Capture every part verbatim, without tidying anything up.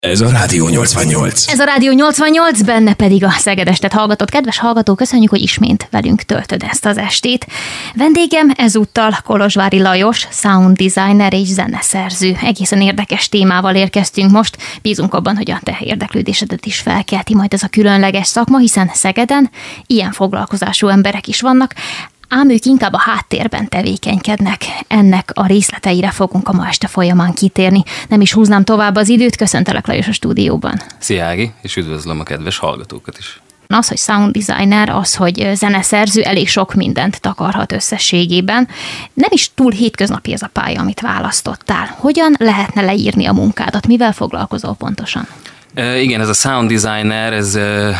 Ez a Rádió nyolcvannyolc. Ez a Rádió nyolcvannyolc, benne pedig a Szegedestet hallgatott. Kedves hallgató, köszönjük, hogy ismét velünk töltöd ezt az estét. Vendégem ezúttal Kolozsvári Lajos, sound designer és zeneszerző. Egészen érdekes témával érkeztünk most. Bízunk abban, hogy a te érdeklődésedet is felkelti majd ez a különleges szakma, hiszen Szegeden ilyen foglalkozású emberek is vannak, ám ők inkább a háttérben tevékenykednek. Ennek a részleteire fogunk a ma este folyamán kitérni. Nem is húznám tovább az időt, köszöntelek Lajos a stúdióban. Szia Ági, és üdvözlöm a kedves hallgatókat is. Az, hogy sound designer, az, hogy zeneszerző, elég sok mindent takarhat összességében. Nem is túl hétköznapi ez a pálya, amit választottál. Hogyan lehetne leírni a munkádat? Mivel foglalkozol pontosan? Igen, ez a sound designer, ez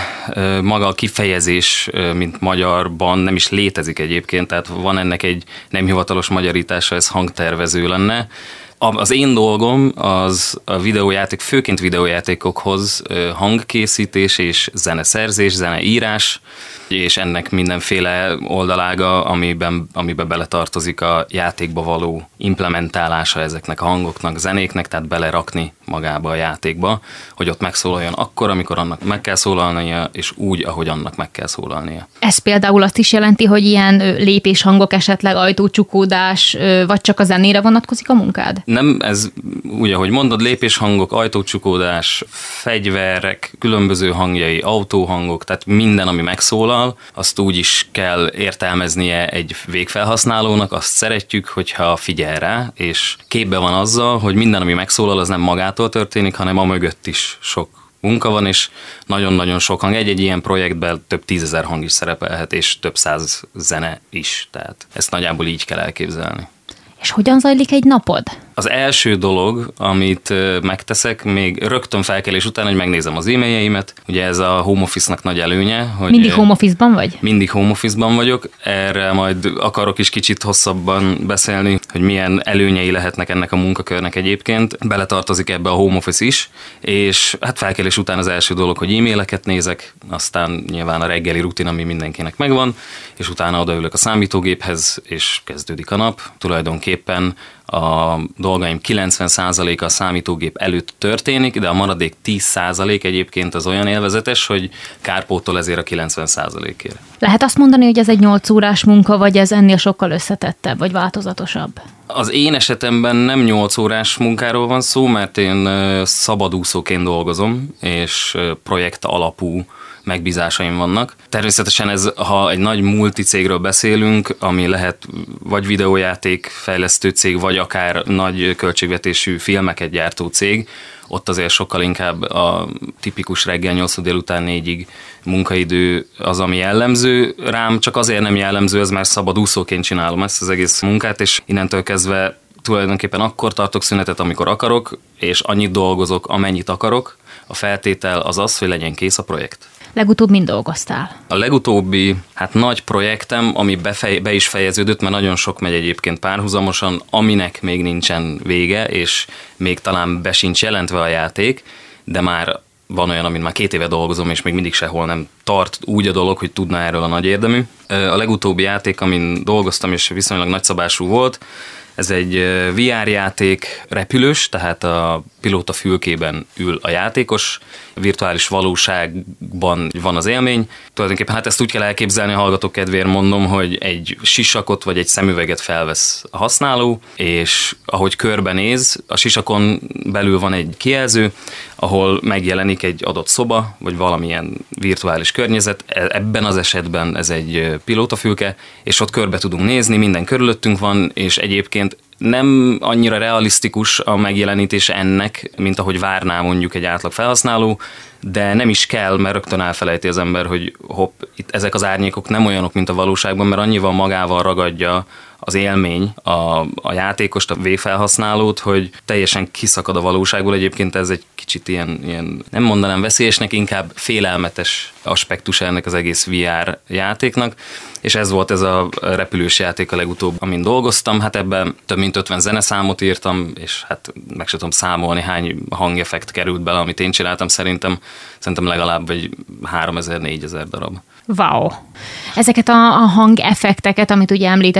maga a kifejezés, mint magyarban nem is létezik egyébként, tehát van ennek egy nem hivatalos magyarítása, ez hangtervező lenne. Az én dolgom az a videójáték, főként videójátékokhoz hangkészítés és zeneszerzés, zeneírás, és ennek mindenféle oldalága, amiben, amiben beletartozik a játékba való implementálása ezeknek a hangoknak, zenéknek, tehát belerakni magába a játékba, hogy ott megszólaljon akkor, amikor annak meg kell szólalnia, és úgy, ahogy annak meg kell szólalnia. Ez például azt is jelenti, hogy ilyen lépéshangok, esetleg ajtócsukódás, vagy csak a zenére vonatkozik a munkád? Nem, ez úgy, ahogy mondod, lépéshangok, ajtócsukódás, fegyverek, különböző hangjai, autóhangok, tehát minden, ami megszólal, azt úgy is kell értelmeznie egy végfelhasználónak, azt szeretjük, hogyha figyel rá, és képbe van azzal, hogy minden, ami megszólal, az nem magától történik, hanem a mögött is sok munka van, és nagyon-nagyon sok hang. Egy-egy ilyen projektben több tízezer hang is szerepelhet, és több száz zene is, tehát ezt nagyjából így kell elképzelni. És hogyan zajlik egy napod? Az első dolog, amit megteszek, még rögtön felkelés után, hogy megnézem az e-mailjeimet. Ugye ez a home office-nak nagy előnye. Hogy mindig home office-ban vagy? Mindig home office-ban vagyok. Erre majd akarok is kicsit hosszabban beszélni, hogy milyen előnyei lehetnek ennek a munkakörnek egyébként. Beletartozik ebbe a home office is, és hát felkelés után az első dolog, hogy e-maileket nézek, aztán nyilván a reggeli rutin, ami mindenkinek megvan, és utána odaülök a számítógéphez, és kezdődik a nap. Tulajdonképpen a dolgaim kilencven százaléka a számítógép előtt történik, de a maradék tíz százalék egyébként az olyan élvezetes, hogy kárpótol ezért a kilencven százalékért. Lehet azt mondani, hogy ez egy nyolc órás munka, vagy ez ennél sokkal összetettebb, vagy változatosabb? Az én esetemben nem nyolc órás munkáról van szó, mert én szabadúszóként dolgozom, és projekt alapú megbízásaim vannak. Természetesen ez, ha egy nagy multicégről beszélünk, ami lehet vagy videójáték fejlesztő cég, vagy akár nagy költségvetésű filmeket gyártó cég, ott azért sokkal inkább a tipikus reggel nyolc délután négyig munkaidő az, ami jellemző. Rám csak azért nem jellemző, ez már szabadúszóként csinálom ezt az egész munkát, és innentől kezdve tulajdonképpen akkor tartok szünetet, amikor akarok, és annyit dolgozok, amennyit akarok. A feltétel az az, hogy legyen kész a projekt. Legutóbb mind dolgoztál? A legutóbbi hát nagy projektem, ami befej, be is fejeződött, mert nagyon sok megy egyébként párhuzamosan, aminek még nincsen vége, és még talán be sincs jelentve a játék, de már van olyan, amin már két éve dolgozom, és még mindig sehol nem tart úgy a dolog, hogy tudna erről a nagy érdemű. A legutóbbi játék, amin dolgoztam, és viszonylag nagyszabású volt, ez egy vé er játék, repülős, tehát a pilóta fülkében ül a játékos, virtuális valóságban van az élmény. Tulajdonképpen hát ezt úgy kell elképzelni, a hallgatók kedvéért mondom, hogy egy sisakot vagy egy szemüveget felvesz a használó, és ahogy körbenéz, a sisakon belül van egy kijelző, ahol megjelenik egy adott szoba, vagy valamilyen virtuális környezet. Ebben az esetben ez egy pilótafülke, és ott körbe tudunk nézni, minden körülöttünk van, és egyébként nem annyira realisztikus a megjelenítése ennek, mint ahogy várná mondjuk egy átlag felhasználó, de nem is kell, mert rögtön elfelejti az ember, hogy hopp, itt ezek az árnyékok nem olyanok, mint a valóságban, mert annyival magával ragadja az élmény a, a játékost, a végfelhasználót, hogy teljesen kiszakad a valóságból. Egyébként ez egy kicsit ilyen, ilyen nem mondanám veszélyesnek, inkább félelmetes aspektus ennek az egész vé er játéknak, és ez volt ez a repülős játék a legutóbb, amin dolgoztam. Hát ebben több mint ötven zeneszámot írtam, és hát meg sem tudom számolni, hány hangeffekt került bele, amit én csináltam. Szerintem, szerintem legalább vagy háromezer-négyezer darab. Wow! Ezeket a, a hangeffekteket, amit ugye említettünk, ajtó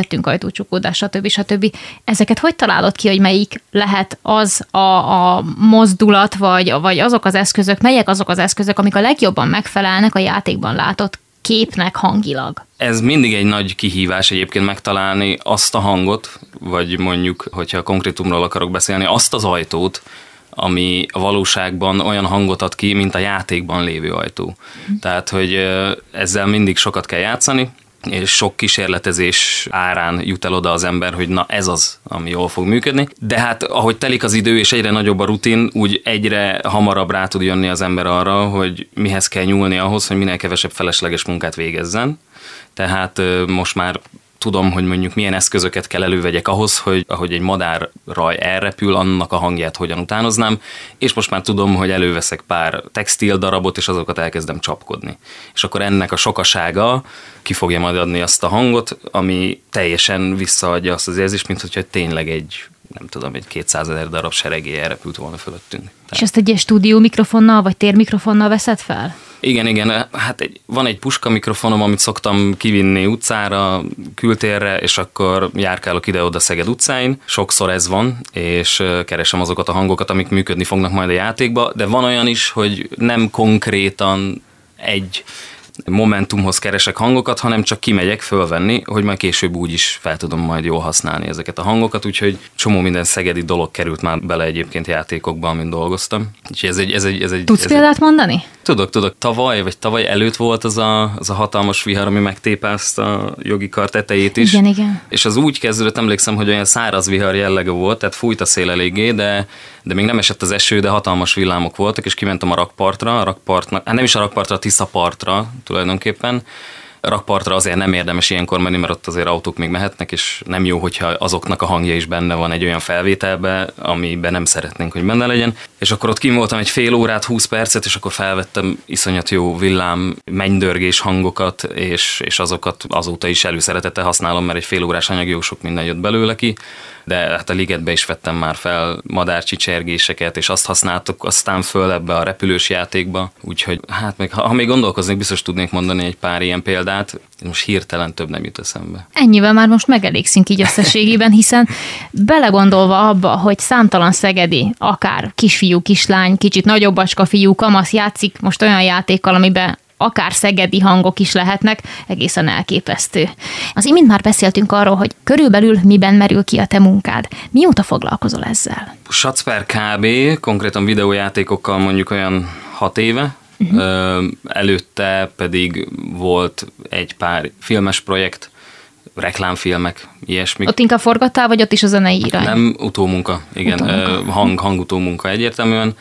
csukódás, stb. stb. Ezeket hogy találod ki, hogy melyik lehet az a, a mozdulat, vagy, vagy azok az eszközök, melyek azok az eszközök, amik a legjobban megfelelnek a játékban látott képnek hangilag? Ez mindig egy nagy kihívás egyébként megtalálni azt a hangot, vagy mondjuk, hogyha konkrétumról akarok beszélni, azt az ajtót, ami a valóságban olyan hangot ad ki, mint a játékban lévő ajtó. Mm. Tehát, hogy ezzel mindig sokat kell játszani, és sok kísérletezés árán jut el oda az ember, hogy na ez az, ami jól fog működni. De hát ahogy telik az idő, és egyre nagyobb a rutin, úgy egyre hamarabb rá tud jönni az ember arra, hogy mihez kell nyúlni ahhoz, hogy minél kevesebb felesleges munkát végezzen. Tehát most már tudom, hogy mondjuk milyen eszközöket kell elővegyek ahhoz, hogy ahogy egy madárraj elrepül, annak a hangját hogyan utánoznám, és most már tudom, hogy előveszek pár textil darabot, és azokat elkezdem csapkodni. És akkor ennek a sokasága ki fogja majd adni azt a hangot, ami teljesen visszaadja azt az érzést, mint hogyha tényleg egy, nem tudom, egy kétszázezer darab seregély elrepült volna fölöttünk. Tehát... És ezt egy ilyen stúdió mikrofonnal, vagy térmikrofonnal veszed fel? Igen, igen, hát egy, van egy puska mikrofonom, amit szoktam kivinni utcára, kültérre, és akkor járkálok ide-oda Szeged utcáin. Sokszor ez van, és keresem azokat a hangokat, amik működni fognak majd a játékba, de van olyan is, hogy nem konkrétan egy momentumhoz keresek hangokat, hanem csak kimegyek fölvenni, hogy majd később úgy is fel tudom majd jól használni ezeket a hangokat, úgyhogy csomó minden szegedi dolog került már bele egyébként játékokba, amin dolgoztam. Úgyhogy ez egy, ez egy, ez egy, Tudsz ez példát egy... mondani? Tudok, tudok. Tavaly, vagy tavaly előtt volt az a, az a hatalmas vihar, ami megtépázta a jogi kar tetejét is. Igen, igen. És az úgy kezdődött, emlékszem, hogy olyan száraz vihar jellege volt, tehát fújt a szél eléggé, de, de még nem esett az eső, de hatalmas villámok voltak, és kimentem a rakpartra, a rakpartnak, hát nem is a rakpartra, a Tiszapartra tulajdonképpen. Rakpartra azért nem érdemes ilyenkor menni, mert ott azért autók még mehetnek, és nem jó, hogyha azoknak a hangja is benne van egy olyan felvételbe, amiben nem szeretnénk, hogy benne legyen. És akkor ott kim voltam egy fél órát, húsz percet, és akkor felvettem iszonyat jó villám, mennydörgés hangokat, és, és azokat azóta is előszeretettel használom, mert egy fél órás anyag jó sok minden jött belőle ki. De hát a ligetbe is vettem már fel madárcsicsergéseket, és azt használtuk aztán föl ebbe a repülős játékba. Úgyhogy hát még, ha, ha még gondolkoznék, biztos tudnék mondani egy pár ilyen példát. Most hirtelen több nem jut eszembe. Ennyivel már most megelégszünk így összességében, hiszen belegondolva abba, hogy számtalan szegedi, akár kisfiú, kislány, kicsit nagyobb bacska fiú, kamasz játszik most olyan játékkal, amiben akár szegedi hangok is lehetnek, egészen elképesztő. Az imént már beszéltünk arról, hogy körülbelül miben merül ki a te munkád. Mióta foglalkozol ezzel? Sacper kb. Konkrétan videójátékokkal mondjuk olyan hat éve. Uh-huh. Előtte pedig volt egy pár filmes projekt, reklámfilmek, ilyesmik. Ott inkább forgattál, vagy ott is a zenei irány? Nem, utómunka, igen, utómunka. hang, hangutómunka egyértelműen.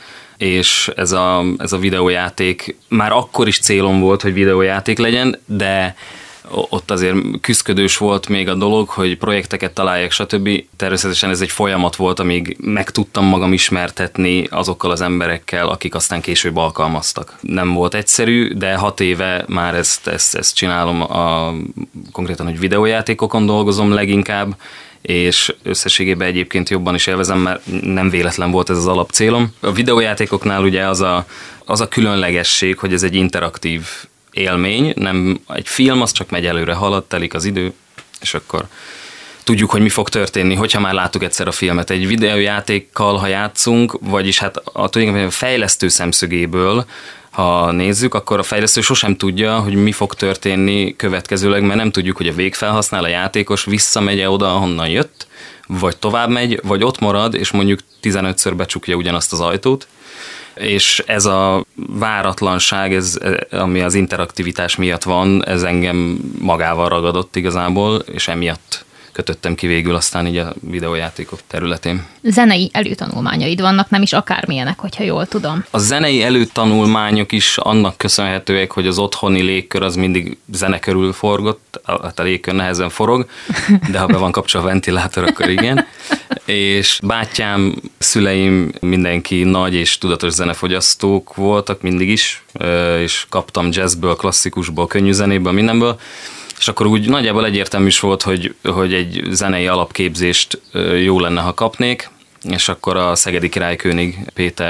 És ez a, ez a videójáték már akkor is célom volt, hogy videójáték legyen, de ott azért küszködős volt még a dolog, hogy projekteket találjak, stb. Természetesen ez egy folyamat volt, amíg meg tudtam magam ismertetni azokkal az emberekkel, akik aztán később alkalmaztak. Nem volt egyszerű, de hat éve már ezt, ezt, ezt csinálom, a, konkrétan, hogy videójátékokon dolgozom leginkább, és összességében egyébként jobban is élvezem, mert nem véletlen volt ez az alapcélom. A videójátékoknál ugye az a, az a különlegesség, hogy ez egy interaktív élmény, nem egy film, az csak megy előre, halad, telik az idő, és akkor tudjuk, hogy mi fog történni, hogyha már láttuk egyszer a filmet. Egy videójátékkal, ha játszunk, vagyis hát a, tulajdonképpen a fejlesztő szemszögéből, ha nézzük, akkor a fejlesztő sosem tudja, hogy mi fog történni következőleg, mert nem tudjuk, hogy a végfelhasználó, a játékos visszamegy oda, ahonnan jött, vagy tovább megy, vagy ott marad, és mondjuk tizenötször becsukja ugyanazt az ajtót. És ez a váratlanság, ez, ami az interaktivitás miatt van, ez engem magával ragadott igazából, és emiatt kötöttem ki végül aztán így a videójátékok területén. Zenei előtanulmányaid vannak, nem is akármilyenek, hogyha jól tudom. A zenei előtanulmányok is annak köszönhetőek, hogy az otthoni légkör az mindig zene körül forgott, hát a légkör nehezen forog, de ha be van kapcsolva a ventilátor, akkor igen. És bátyám, szüleim, mindenki nagy és tudatos zenefogyasztók voltak mindig is, és kaptam jazzből, klasszikusból, könnyű zenéből, mindenből, és akkor úgy nagyjából egyértelmű is volt, hogy, hogy egy zenei alapképzést jó lenne, ha kapnék, és akkor a szegedi Király König Péter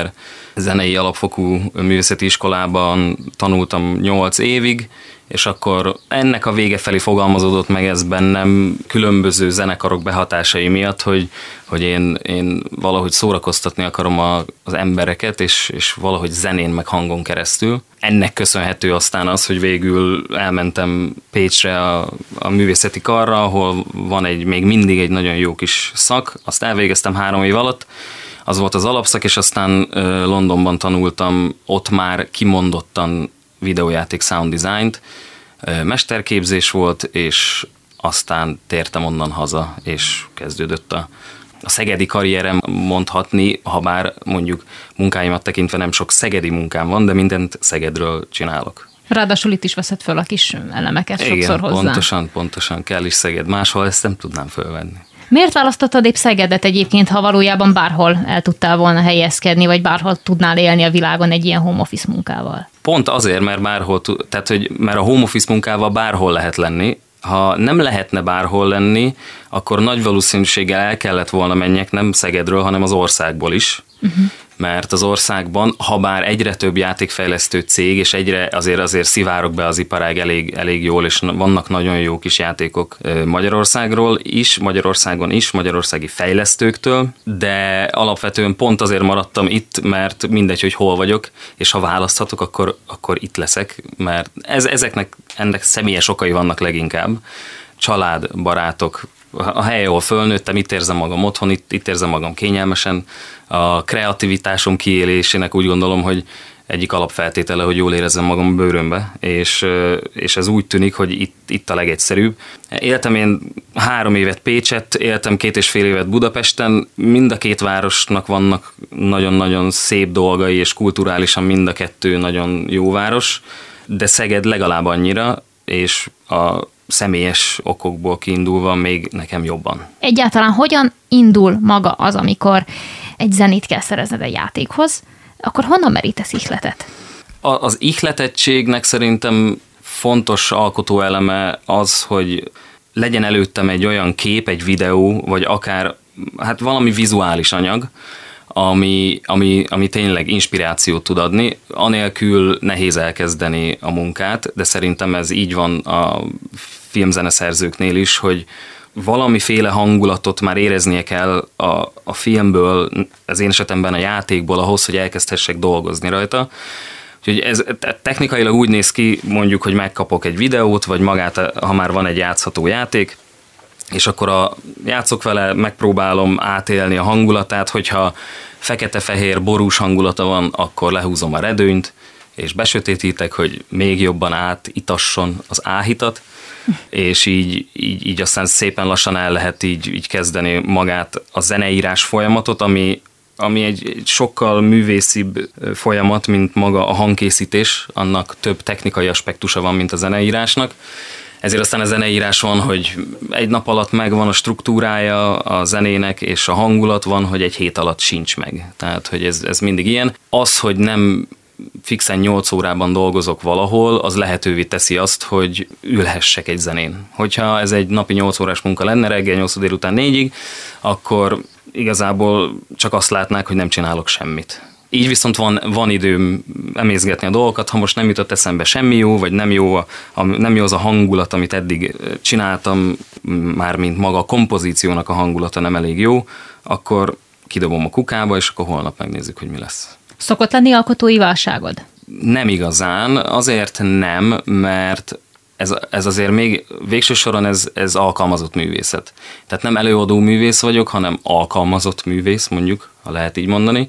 zenei alapfokú művészeti iskolában tanultam nyolc évig, és akkor ennek a vége felé fogalmazódott meg ez bennem különböző zenekarok behatásai miatt, hogy, hogy én, én valahogy szórakoztatni akarom a, az embereket, és, és valahogy zenén meg hangon keresztül. Ennek köszönhető aztán az, hogy végül elmentem Pécsre a, a művészeti karra, ahol van egy, még mindig egy nagyon jó kis szak, azt elvégeztem három év alatt, az volt az alapszak, és aztán Londonban tanultam, ott már kimondottan videójáték sound designt, mesterképzés volt, és aztán tértem onnan haza, és kezdődött a, a szegedi karrierem, mondhatni, ha bár mondjuk munkáimat tekintve nem sok szegedi munkám van, de mindent Szegedről csinálok. Ráadásul itt is veszed föl a kis elemeket igen, sokszor hozzá. pontosan, pontosan kell is Szeged. Máshol ezt nem tudnám fölvenni. Miért választottad épp Szegedet egyébként, ha valójában bárhol el tudtál volna helyezkedni, vagy bárhol tudnál élni a világon egy ilyen home office munkával? Pont azért, mert bárhol, tehát hogy mert a home office munkával bárhol lehet lenni. Ha nem lehetne bárhol lenni, akkor nagy valószínűséggel el kellett volna menjek nem Szegedről, hanem az országból is. Uh-huh. Mert az országban, ha bár egyre több játékfejlesztő cég, és egyre azért azért szivárog be az iparág elég, elég jól, és vannak nagyon jó kis játékok Magyarországról is, Magyarországon is, magyarországi fejlesztőktől, de alapvetően pont azért maradtam itt, mert mindegy, hogy hol vagyok, és ha választhatok, akkor, akkor itt leszek, mert ez, ezeknek ennek személyes okai vannak leginkább. Család, barátok, a hely, ahol fölnőttem, itt érzem magam otthon, itt, itt érzem magam kényelmesen. A kreativitásom kiélésének úgy gondolom, hogy egyik alapfeltétele, hogy jól érezzem magam a bőrömbe, és, és ez úgy tűnik, hogy itt, itt a legegyszerűbb. Éltem én három évet Pécset, éltem két és fél évet Budapesten, mind a két városnak vannak nagyon-nagyon szép dolgai, és kulturálisan mind a kettő nagyon jó város, de Szeged legalább annyira, és a személyes okokból kiindulva még nekem jobban. Egyáltalán hogyan indul maga az, amikor egy zenét kell szerezned egy játékhoz, akkor honnan merítesz ihletet? A, az ihletettségnek szerintem fontos alkotóeleme az, hogy legyen előttem egy olyan kép, egy videó, vagy akár hát valami vizuális anyag, ami, ami, ami tényleg inspirációt tud adni. Anélkül nehéz elkezdeni a munkát, de szerintem ez így van a filmzeneszerzőknél is, hogy valamiféle hangulatot már éreznie kell a, a filmből, az én esetemben a játékból ahhoz, hogy elkezdhessek dolgozni rajta. Úgyhogy ez technikailag úgy néz ki, mondjuk, hogy megkapok egy videót, vagy magát, ha már van egy játszható játék, és akkor a, játszok vele, megpróbálom átélni a hangulatát, hogyha fekete-fehér borús hangulata van, akkor lehúzom a redőnyt, és besötétítek, hogy még jobban átitasson az áhítat, és így, így, így aztán szépen lassan el lehet így, így kezdeni magát a zeneírás folyamatot, ami, ami egy, egy sokkal művészibb folyamat, mint maga a hangkészítés, annak több technikai aspektusa van, mint a zeneírásnak. Ezért aztán a zeneírás van, hogy egy nap alatt megvan a struktúrája a zenének, és a hangulat van, hogy egy hét alatt sincs meg. Tehát, hogy ez, ez mindig ilyen. Az, hogy nem fixen nyolc órában dolgozok valahol, az lehetővé teszi azt, hogy ülhessek egy zenén. Hogyha ez egy napi nyolc órás munka lenne, reggel nyolc délután négyig, akkor igazából csak azt látnák, hogy nem csinálok semmit. Így viszont van, van időm emészgetni a dolgokat, ha most nem jutott eszembe semmi jó, vagy nem jó, a, a, nem jó az a hangulat, amit eddig csináltam, mármint maga a kompozíciónak a hangulata nem elég jó, akkor kidobom a kukába, és akkor holnap megnézzük, hogy mi lesz. Szokott lenni alkotói válságod? Nem igazán, azért nem, mert ez, ez azért még végső soron ez, ez alkalmazott művészet. Tehát nem előadó művész vagyok, hanem alkalmazott művész, mondjuk, ha lehet így mondani,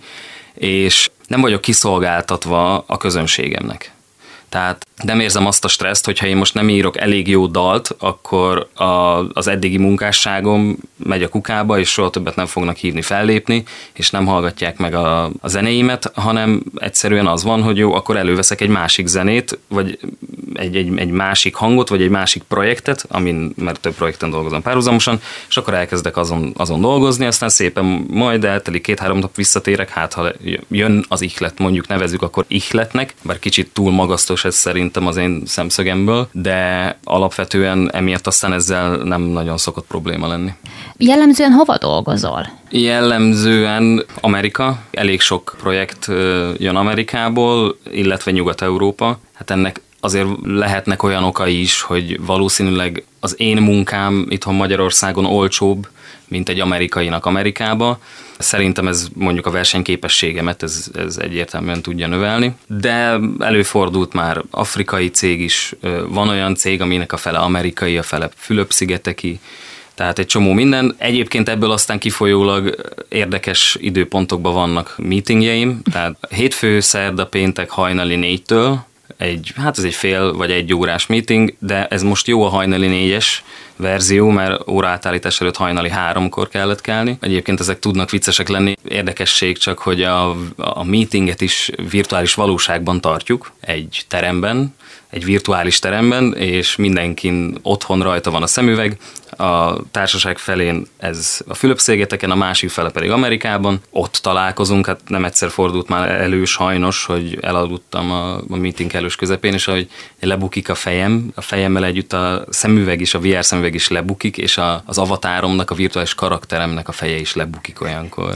és nem vagyok kiszolgáltatva a közönségemnek. Tehát nem érzem azt a stresszt, hogyha én most nem írok elég jó dalt, akkor a, az eddigi munkásságom megy a kukába, és soha többet nem fognak hívni fellépni, és nem hallgatják meg a, a zenéimet, hanem egyszerűen az van, hogy jó, akkor előveszek egy másik zenét, vagy egy, egy, egy másik hangot, vagy egy másik projektet, amin, mert több projekten dolgozom párhuzamosan, és akkor elkezdek azon, azon dolgozni, aztán szépen majd eltelik két-három nap, visszatérek, hát ha jön az ihlet, mondjuk nevezzük akkor ihletnek, bár kicsit túl magasztos ez szerintem az én szemszögemből, de alapvetően emiatt aztán ezzel nem nagyon szokott probléma lenni. Jellemzően hova dolgozol? Jellemzően Amerika, elég sok projekt jön Amerikából, illetve Nyugat-Európa. Hát ennek azért lehetnek olyan okai is, hogy valószínűleg az én munkám itthon Magyarországon olcsóbb, mint egy amerikainak Amerikába. Szerintem ez mondjuk a versenyképességemet, ez, ez egyértelműen tudja növelni. De előfordult már afrikai cég is, van olyan cég, aminek a fele amerikai, a fele Fülöp-szigeteki, tehát egy csomó minden. Egyébként ebből aztán kifolyólag érdekes időpontokban vannak meetingjeim, tehát hétfő, szerda, péntek hajnali négytől, egy, hát ez egy fél vagy egy órás meeting, de ez most jó a hajnali négyes verzió, mert óraátállítás előtt hajnali háromkor kellett kelni. Egyébként ezek tudnak viccesek lenni. Érdekesség csak, hogy a, a meetinget is virtuális valóságban tartjuk, egy teremben, egy virtuális teremben, és mindenkin otthon rajta van a szemüveg. A társaság felén ez a Fülöp-szigeteken, a másik fele pedig Amerikában. Ott találkozunk, hát nem egyszer fordult már elő sajnos, hogy elaludtam a, a meeting elős közepén, és ahogy lebukik a fejem, a fejemmel együtt a szemüveg is, a vé er szemüveg is lebukik, és a, az avatáromnak, a virtuális karakteremnek a feje is lebukik olyankor.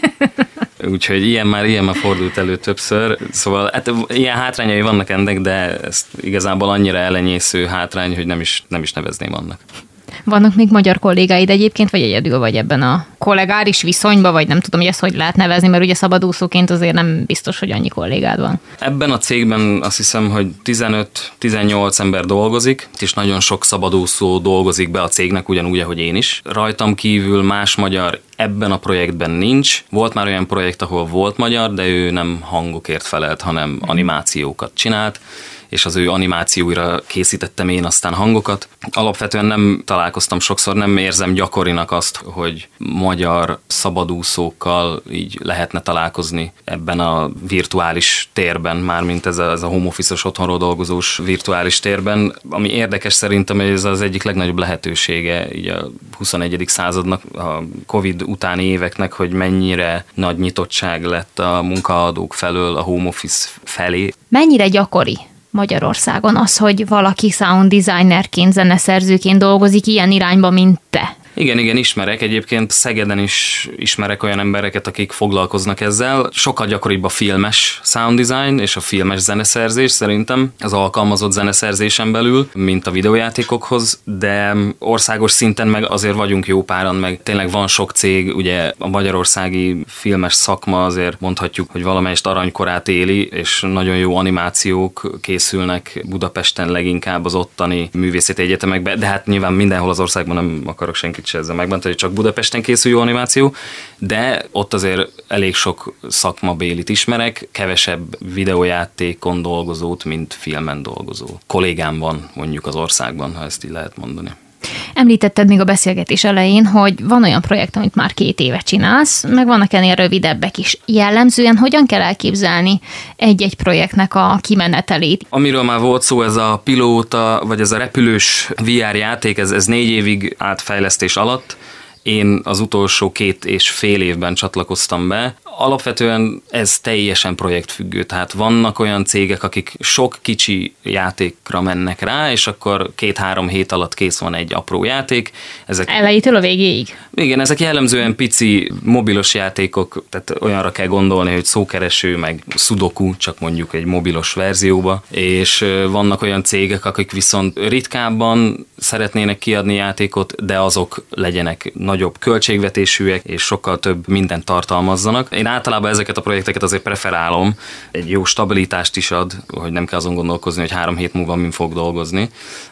Úgyhogy ilyen már, ilyen már fordult elő többször. Szóval hát, ilyen hátrányai vannak ennek, de ez igazából annyira elenyésző hátrány, hogy nem is, nem is nevezném annak. Vannak még magyar kollégáid egyébként, vagy egyedül vagy ebben a kollégáris viszonyban, vagy nem tudom, hogy ezt hogy lehet nevezni, mert ugye szabadúszóként azért nem biztos, hogy annyi kollégád van. Ebben a cégben azt hiszem, hogy tizenöt-tizennyolc ember dolgozik, és nagyon sok szabadúszó dolgozik be a cégnek, ugyanúgy, ahogy én is. Rajtam kívül más magyar ebben a projektben nincs. Volt már olyan projekt, ahol volt magyar, de ő nem hangokért felelt, hanem animációkat csinált, és az ő animációira készítettem én aztán hangokat. Alapvetően nem találkoztam sokszor, nem érzem gyakorinak azt, hogy magyar szabadúszókkal így lehetne találkozni ebben a virtuális térben, mármint ez a, ez a home office-os otthonról dolgozós virtuális térben. Ami érdekes szerintem, hogy ez az egyik legnagyobb lehetősége így a huszonegyedik századnak, a Covid utáni éveknek, hogy mennyire nagy nyitottság lett a munkaadók felől a home office felé. Mennyire gyakori Magyarországon az, hogy valaki sound designerként, zeneszerzőként dolgozik ilyen irányba, mint te? Igen, igen, ismerek. Egyébként Szegeden is ismerek olyan embereket, akik foglalkoznak ezzel. Sokkal gyakoribb a filmes sound design és a filmes zeneszerzés szerintem az alkalmazott zeneszerzésen belül, mint a videójátékokhoz, de országos szinten meg azért vagyunk jó páran, meg tényleg van sok cég, ugye a magyarországi filmes szakma azért mondhatjuk, hogy valamelyest aranykorát éli, és nagyon jó animációk készülnek Budapesten leginkább az ottani művészeti egyetemekben, de hát nyilván mindenhol az országban nem akarok senkit se ezzel megbántani, hogy csak Budapesten készül jó animáció, de ott azért elég sok szakmabélit ismerek, kevesebb videójátékon dolgozót, mint filmen dolgozó kollégám van mondjuk az országban, ha ezt így lehet mondani. Említetted még a beszélgetés elején, hogy van olyan projekt, amit már két éve csinálsz, meg vannak ennél rövidebbek is. Jellemzően hogyan kell elképzelni egy-egy projektnek a kimenetelét? Amiről már volt szó, ez a pilóta, vagy ez a repülős vé er játék, ez, ez négy évig állt fejlesztés alatt. Én az utolsó két és fél évben csatlakoztam be. Alapvetően ez teljesen projektfüggő, tehát vannak olyan cégek, akik sok kicsi játékra mennek rá, és akkor két-három hét alatt kész van egy apró játék. Ezek... Elejétől a végéig? Igen, ezek jellemzően pici mobilos játékok, tehát olyanra kell gondolni, hogy szókereső, meg sudoku, csak mondjuk egy mobilos verzióba, és vannak olyan cégek, akik viszont ritkábban szeretnének kiadni játékot, de azok legyenek nagyobb költségvetésűek, és sokkal több mindent tartalmazzanak. Én általában ezeket a projekteket azért preferálom, egy jó stabilitást is ad, hogy nem kell azon gondolkozni, hogy három hét múlva min fog dolgozni,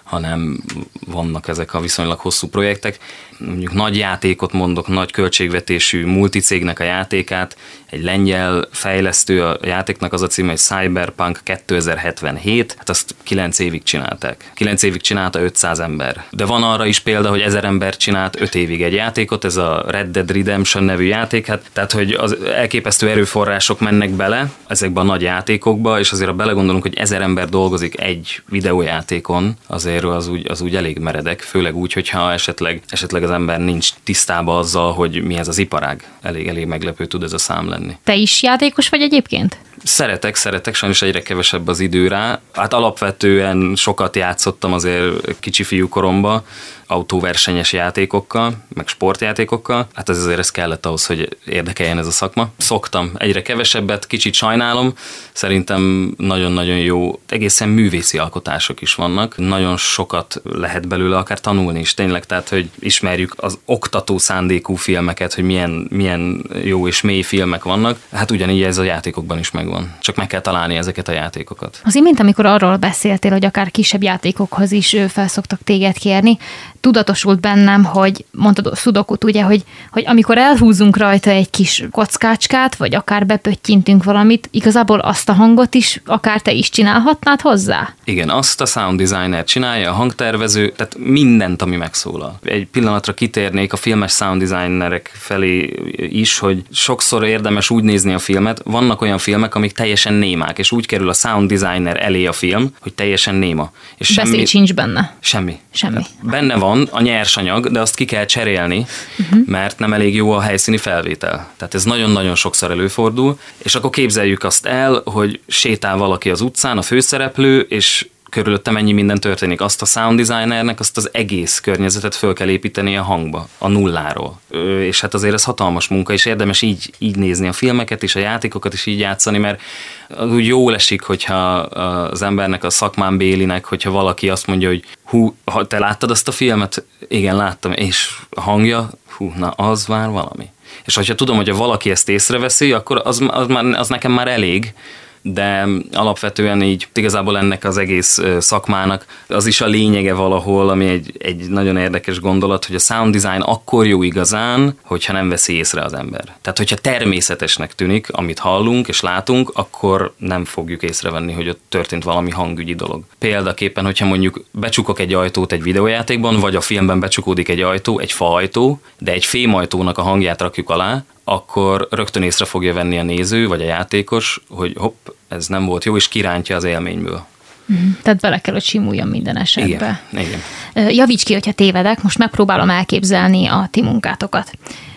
hanem vannak ezek a viszonylag hosszú projektek. Mondjuk nagy játékot mondok, nagy költségvetésű multicégnek a játékát, egy lengyel fejlesztő, a játéknak az a címe, hogy Cyberpunk kétezer-hetvenhét, hát azt kilenc évig csinálták. kilenc évig csinálta ötszáz ember. De van arra is példa, hogy ezer ember csinált öt évig egy játékot, ez a Red Dead Redemption nevű játék, hát, tehát hogy az elképesztő erőforrások mennek bele ezekbe a nagy játékokba, és azért ha belegondolunk, hogy ezer ember dolgozik egy videójátékon, azért az úgy, az úgy elég meredek, főleg úgy, hogyha esetleg, esetleg az ember nincs tisztában azzal, hogy mi ez az iparág. Elég, elég meglepő tud ez a szám lenni. Te is játékos vagy egyébként? Szeretek, szeretek, sajnos egyre kevesebb az idő rá. Hát alapvetően sokat játszottam azért kicsi fiúkoromban, autóversenyes játékokkal, meg sportjátékokkal. Hát ez azért ez kellett ahhoz, hogy érdekeljen ez a szakma. Szoktam egyre kevesebbet, kicsit sajnálom. Szerintem nagyon-nagyon jó, egészen művészi alkotások is vannak. Nagyon sokat lehet belőle akár tanulni is tényleg, tehát hogy ismerjük az oktató szándékú filmeket, hogy milyen, milyen jó és mély filmek vannak. Hát ugyanígy ez a játékokban is megvan. Csak meg kell találni ezeket a játékokat. Az imént, amikor arról beszéltél, hogy akár kisebb játékokhoz is felszoktak téged kérni, tudatosult bennem, hogy mondtad a szudokut, ugye, hogy, hogy amikor elhúzunk rajta egy kis kockácskát, vagy akár bepöttyintünk valamit, igazából azt a hangot is akár te is csinálhatnád hozzá? Igen, azt a sound designer csinálja, a hangtervező, tehát mindent, ami megszólal. Egy pillanatra kitérnék a filmes sound designerek felé is, hogy sokszor érdemes úgy nézni a filmet, vannak olyan filmek, amik teljesen némák, és úgy kerül a sound designer elé a film, hogy teljesen néma. És Beszéd semmi, sincs benne. Semmi. Semmi. Tehát benne van a nyersanyag, de azt ki kell cserélni, uh-huh. mert nem elég jó a helyszíni felvétel. Tehát ez nagyon-nagyon sokszor előfordul, és akkor képzeljük azt el, hogy sétál valaki az utcán, a főszereplő, és körülötte mennyi minden történik. Azt a sound designernek azt az egész környezetet föl kell építeni a hangba, a nulláról. Ö, és hát azért ez hatalmas munka, és érdemes így, így nézni a filmeket és a játékokat is így játszani, mert úgy jól esik, hogyha az embernek, a szakmán bélinek, hogyha valaki azt mondja, hogy hú, ha te láttad azt a filmet? Igen, láttam, és a hangja, hú, na az már valami. És hogyha tudom, hogy ha valaki ezt észreveszi, akkor az, az, már, az nekem már elég, de alapvetően így igazából ennek az egész szakmának az is a lényege valahol, ami egy, egy nagyon érdekes gondolat, hogy a sound design akkor jó igazán, hogyha nem veszi észre az ember. Tehát, hogyha természetesnek tűnik, amit hallunk és látunk, akkor nem fogjuk észrevenni, hogy ott történt valami hangügyi dolog. Példaképpen, hogyha mondjuk becsukok egy ajtót egy videójátékban, vagy a filmben becsukódik egy ajtó, egy faajtó, de egy fémajtónak a hangját rakjuk alá, akkor rögtön észre fogja venni a néző, vagy a játékos, hogy hopp, ez nem volt jó, és kirántja az élményből. Mm, tehát bele kell, hogy simuljon minden esetben. Igen, igen. Javíts ki, hogyha tévedek, most megpróbálom elképzelni a ti munkátokat.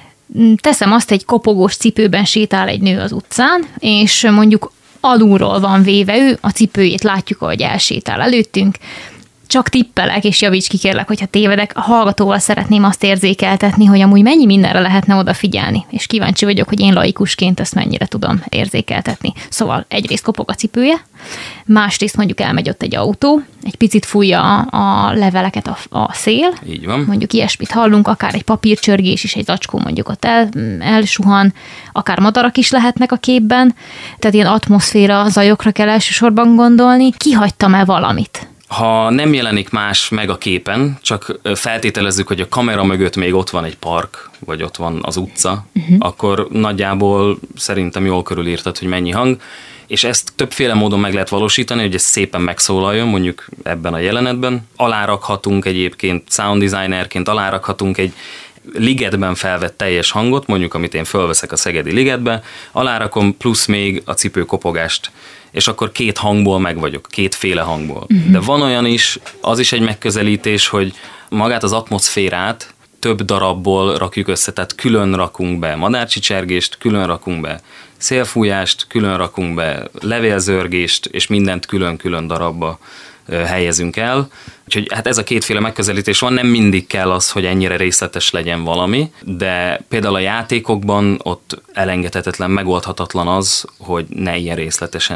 Teszem azt, egy kopogós cipőben sétál egy nő az utcán, és mondjuk alulról van véve ő, a cipőjét látjuk, ahogy elsétál előttünk, csak tippelek, és javíts ki kérlek, hogyha tévedek, a hallgatóval szeretném azt érzékeltetni, hogy amúgy mennyi mindenre lehetne odafigyelni, és kíváncsi vagyok, hogy én laikusként ezt mennyire tudom érzékeltetni. Szóval egyrészt kopog a cipője, másrészt mondjuk elmegy ott egy autó, egy picit fújja a, a leveleket a, a szél, így van. Mondjuk ilyesmit hallunk, akár egy papírcsörgés is, egy zacskó mondjuk ott el, elsuhan, akár madarak is lehetnek a képben, tehát ilyen atmoszféra zajokra kell elsősorban gondolni. Kihagytam-e valamit? Ha nem jelenik más meg a képen, csak feltételezzük, hogy a kamera mögött még ott van egy park, vagy ott van az utca, uh-huh. akkor nagyjából szerintem jól körülírtad, hogy mennyi hang, és ezt többféle módon meg lehet valósítani, hogy ez szépen megszólaljon, mondjuk ebben a jelenetben. Alárakhatunk egyébként, sound designerként alárakhatunk egy ligetben felvett teljes hangot, mondjuk amit én fölveszek a szegedi ligetbe, alárakom plusz még a cipő kopogást, és akkor két hangból meg vagyok, kétféle hangból. Uh-huh. De van olyan is, az is egy megközelítés, hogy magát az atmoszférát több darabból rakjuk össze, tehát külön rakunk be madárcsicsergést, külön rakunk be szélfújást, külön rakunk be levélzörgést, és mindent külön-külön darabba helyezünk el. Úgyhogy hát ez a kétféle megközelítés van, nem mindig kell az, hogy ennyire részletes legyen valami, de például a játékokban ott elengedhetetlen, megoldhatatlan az, hogy ne ilyen részletesen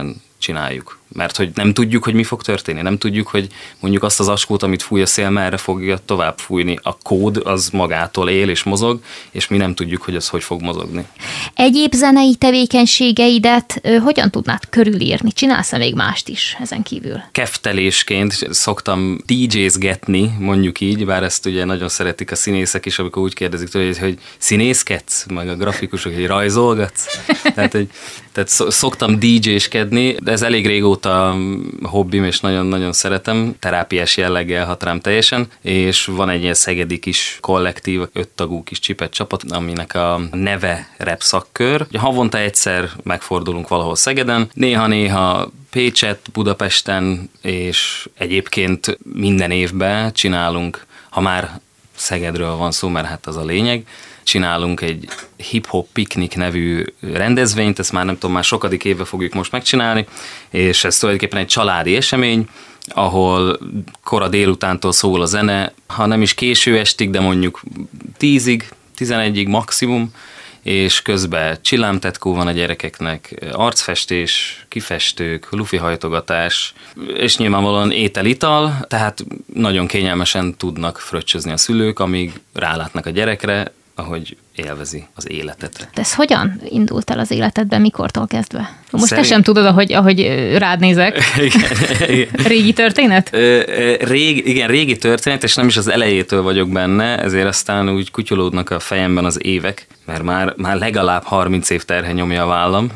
csináljuk. Mert hogy nem tudjuk, hogy mi fog történni, nem tudjuk, hogy mondjuk azt az askót, amit fúj a szél, merre fogja tovább fújni. A kód az magától él és mozog, és mi nem tudjuk, hogy az hogy fog mozogni. Egyéb zenei tevékenységeidet ö, hogyan tudnád körülírni? Csinálsz-e még mást is ezen kívül? Keftelésként szoktam dé jézgetni, mondjuk így, bár ezt ugye nagyon szeretik a színészek is, amikor úgy kérdezik tőle, hogy, hogy színészkedsz, meg a grafikusok, hogy rajzolgatsz. tehát, hogy, tehát szoktam dé jézkedni, de ez elég régóta a hobbim, és nagyon-nagyon szeretem, terápiás jelleggel hat rám teljesen, és van egy ilyen szegedi kis kollektív, öttagú kis csipet csapat, aminek a neve Rap Szakkör. Havonta egyszer megfordulunk valahol Szegeden, néha-néha Pécset, Budapesten, és egyébként minden évben csinálunk, ha már Szegedről van szó, mert hát az a lényeg, csinálunk egy hip-hop piknik nevű rendezvényt, ezt már nem tudom, már sokadik évben fogjuk most megcsinálni, és ez tulajdonképpen egy családi esemény, ahol kora délutántól szól a zene, ha nem is késő estig, de mondjuk tízig, tizenegyig maximum, és közben csillámtetkó van a gyerekeknek, arcfestés, kifestők, lufihajtogatás, és nyilvánvalóan étel-ital, tehát nagyon kényelmesen tudnak fröccsözni a szülők, amíg rálátnak a gyerekre, ahogy élvezi az életet. De ez hogyan indult el az életedben, mikortól kezdve? Most Szerint... te sem tudod, ahogy, ahogy rád nézek. igen, igen. Régi történet? Rég, igen, régi történet, és nem is az elejétől vagyok benne, ezért aztán úgy kutyolódnak a fejemben az évek, mert már, már legalább harminc év terhe nyomja a vállam.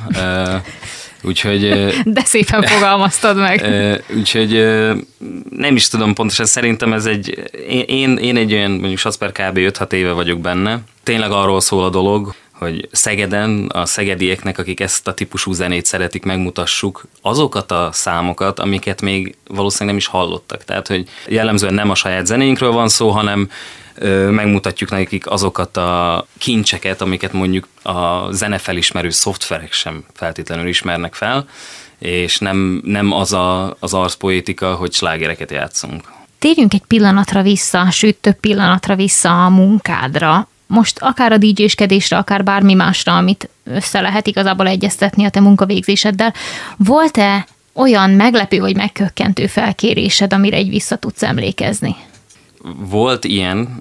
Úgyhogy, de szépen fogalmaztad meg. Úgyhogy nem is tudom pontosan, szerintem ez egy, én, én egy olyan, mondjuk Sasper kb. öt-hat éve vagyok benne. Tényleg arról szól a dolog, hogy Szegeden a szegedieknek, akik ezt a típusú zenét szeretik, megmutassuk azokat a számokat, amiket még valószínűleg nem is hallottak. Tehát, hogy jellemzően nem a saját zenéinkről van szó, hanem megmutatjuk nekik azokat a kincseket, amiket mondjuk a zenefelismerő szoftverek sem feltétlenül ismernek fel, és nem, nem az a, az arszpoétika, hogy slágereket játszunk. Térjünk egy pillanatra vissza, sőt több pillanatra vissza a munkádra. Most akár a dé jéskedésre, akár bármi másra, amit össze lehet igazából egyeztetni a te munkavégzéseddel. Volt-e olyan meglepő vagy megkökkentő felkérésed, amire egy vissza tudsz emlékezni? Volt ilyen,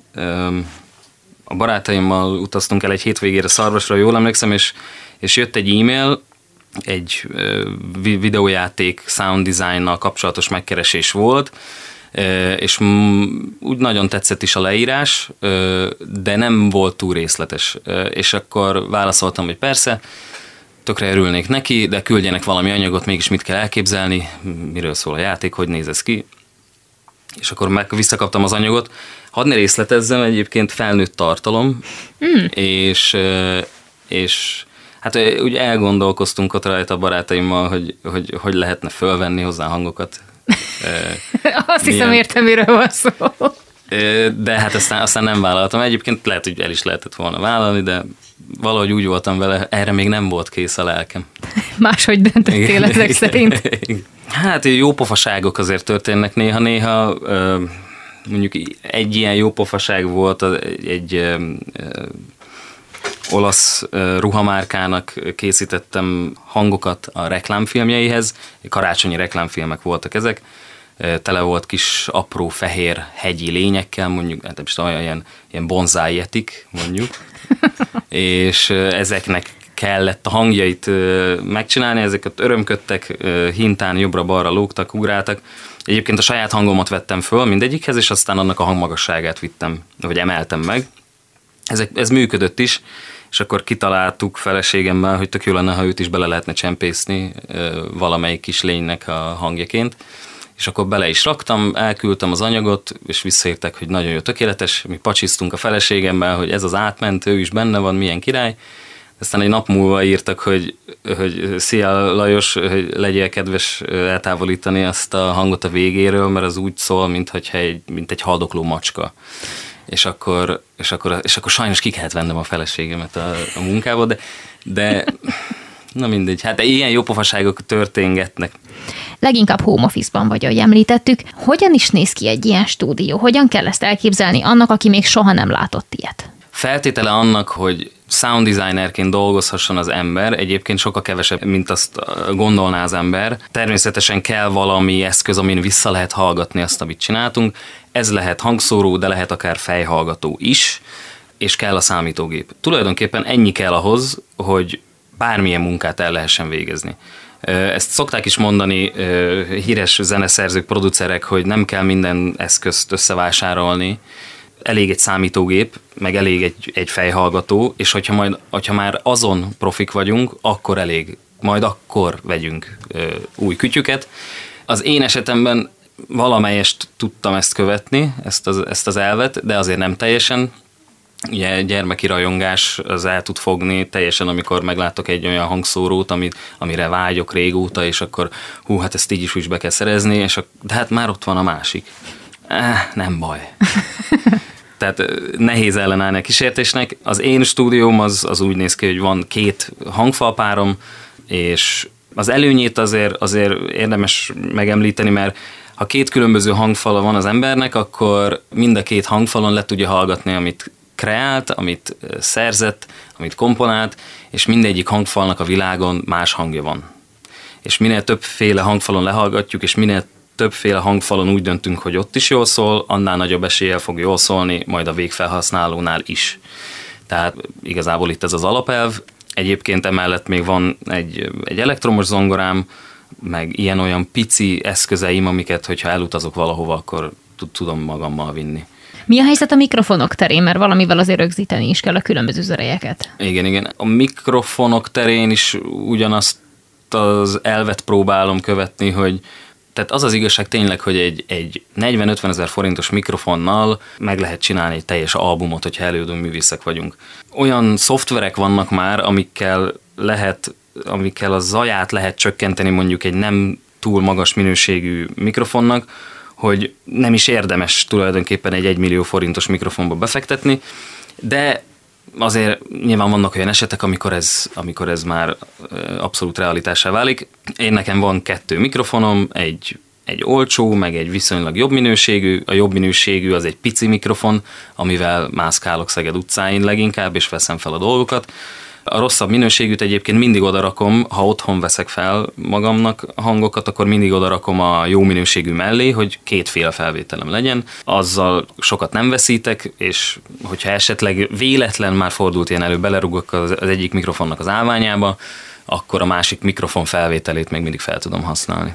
a barátaimmal utaztunk el egy hétvégére Szarvasra, jól emlékszem, és, és jött egy e-mail, egy videójáték sound designnal kapcsolatos megkeresés volt, és úgy nagyon tetszett is a leírás, de nem volt túl részletes. És akkor válaszoltam, hogy persze, tökre örülnék neki, de küldjenek valami anyagot, mégis mit kell elképzelni, miről szól a játék, hogy néz ez ki. És akkor meg visszakaptam az anyagot. Hadd ne részletezzem, egyébként felnőtt tartalom, mm. és, és hát úgy elgondolkoztunk ott rajta a barátaimmal, hogy, hogy, hogy lehetne fölvenni hozzá hangokat. Azt Milyen... hiszem, értem, miről van szó. De hát aztán, aztán nem vállaltam. Egyébként lehet, hogy el is lehetett volna vállalni, de valahogy úgy voltam vele, erre még nem volt kész a lelkem. Máshogy döntöttél ezek szerint. Hát jópofaságok azért történnek néha-néha. Mondjuk egy ilyen jópofaság volt, egy olasz ruhamárkának készítettem hangokat a reklámfilmjeihez. Karácsonyi reklámfilmek voltak ezek. Tele volt kis apró fehér hegyi lényekkel, mondjuk, hát nem is tudom, olyan ilyen bonzájetik, mondjuk. És ezeknek kellett a hangjait megcsinálni, ezeket örömködtek, hintán jobbra-balra lógtak, ugráltak. Egyébként a saját hangomat vettem föl mindegyikhez, és aztán annak a hangmagasságát vittem, vagy emeltem meg. Ezek, ez működött is, és akkor kitaláltuk feleségemmel, hogy tök jó lenne, ha őt is bele lehetne csempészni valamelyik kis lénynek a hangjaként. És akkor bele is raktam, elküldtem az anyagot, és visszaírták, hogy nagyon jó, tökéletes. Mi pacsisztunk a feleségemmel, hogy ez az átment, ő is benne van, milyen király. Aztán egy nap múlva írtak, hogy, hogy szia Lajos, hogy legyél kedves eltávolítani azt a hangot a végéről, mert az úgy szól, mintha egy, mint egy haldokló macska. És akkor, és, akkor, és akkor sajnos ki kellett vennem a feleségemet a, a munkába, de, de na mindegy, hát ilyen jópofaságok történgetnek. Leginkább home office-ban vagy, ahogy említettük. Hogyan is néz ki egy ilyen stúdió? Hogyan kell ezt elképzelni annak, aki még soha nem látott ilyet? Feltétele annak, hogy sound designerként dolgozhasson az ember, egyébként sokkal kevesebb, mint azt gondolná az ember. Természetesen kell valami eszköz, amin vissza lehet hallgatni azt, amit csináltunk. Ez lehet hangszóró, de lehet akár fejhallgató is, és kell a számítógép. Tulajdonképpen ennyi kell ahhoz, hogy bármilyen munkát el lehessen végezni. Ezt szokták is mondani híres zeneszerzők, producerek, hogy nem kell minden eszközt összevásárolni, elég egy számítógép, meg elég egy, egy fejhallgató, és hogyha, majd, hogyha már azon profik vagyunk, akkor elég, majd akkor vegyünk ö, új kütyüket. Az én esetemben valamelyest tudtam ezt követni, ezt az, ezt az elvet, de azért nem teljesen. Ugye gyermeki rajongás az el tud fogni teljesen, amikor meglátok egy olyan hangszórót, amit, amire vágyok régóta, és akkor hú, hát ezt így is úgy be kell szerezni, és a, de hát már ott van a másik. Eh, nem baj. Tehát nehéz ellenállni a kísértésnek. Az én stúdióm az, az úgy néz ki, hogy van két hangfalpárom, és az előnyét azért, azért érdemes megemlíteni, mert ha két különböző hangfala van az embernek, akkor mind a két hangfalon le tudja hallgatni, amit kreált, amit szerzett, amit komponált, és mindegyik hangfalnak a világon más hangja van. És minél többféle hangfalon lehallgatjuk, és minél többféle hangfalon úgy döntünk, hogy ott is jól szól, annál nagyobb eséllyel fog jól szólni, majd a végfelhasználónál is. Tehát igazából itt ez az alapelv. Egyébként emellett még van egy, egy elektromos zongorám, meg ilyen-olyan pici eszközeim, amiket, hogyha elutazok valahova, akkor tudom magammal vinni. Mi a helyzet a mikrofonok terén? Mert valamivel azért rögzíteni is kell a különböző zörejeket. Igen, igen. A mikrofonok terén is ugyanazt az elvet próbálom követni, hogy tehát az az igazság tényleg, hogy egy, egy negyven-ötven ezer forintos mikrofonnal meg lehet csinálni egy teljes albumot, hogyha előadó művészek vagyunk. Olyan szoftverek vannak már, amikkel lehet, amikkel a zaját lehet csökkenteni mondjuk egy nem túl magas minőségű mikrofonnak, hogy nem is érdemes tulajdonképpen egy egymillió forintos mikrofonba befektetni, de azért nyilván vannak olyan esetek, amikor ez, amikor ez már abszolút realitássá válik. Én nekem van kettő mikrofonom, egy, egy olcsó, meg egy viszonylag jobb minőségű. A jobb minőségű az egy pici mikrofon, amivel mászkálok Szeged utcáin leginkább, és veszem fel a dolgokat. A rosszabb minőségűt egyébként mindig odarakom, ha otthon veszek fel magamnak hangokat, akkor mindig odarakom a jó minőségű mellé, hogy kétféle felvételem legyen. Azzal sokat nem veszítek, és hogyha esetleg véletlen már fordult ilyen elő, belerugok az egyik mikrofonnak az állványába, akkor a másik mikrofon felvételét még mindig fel tudom használni.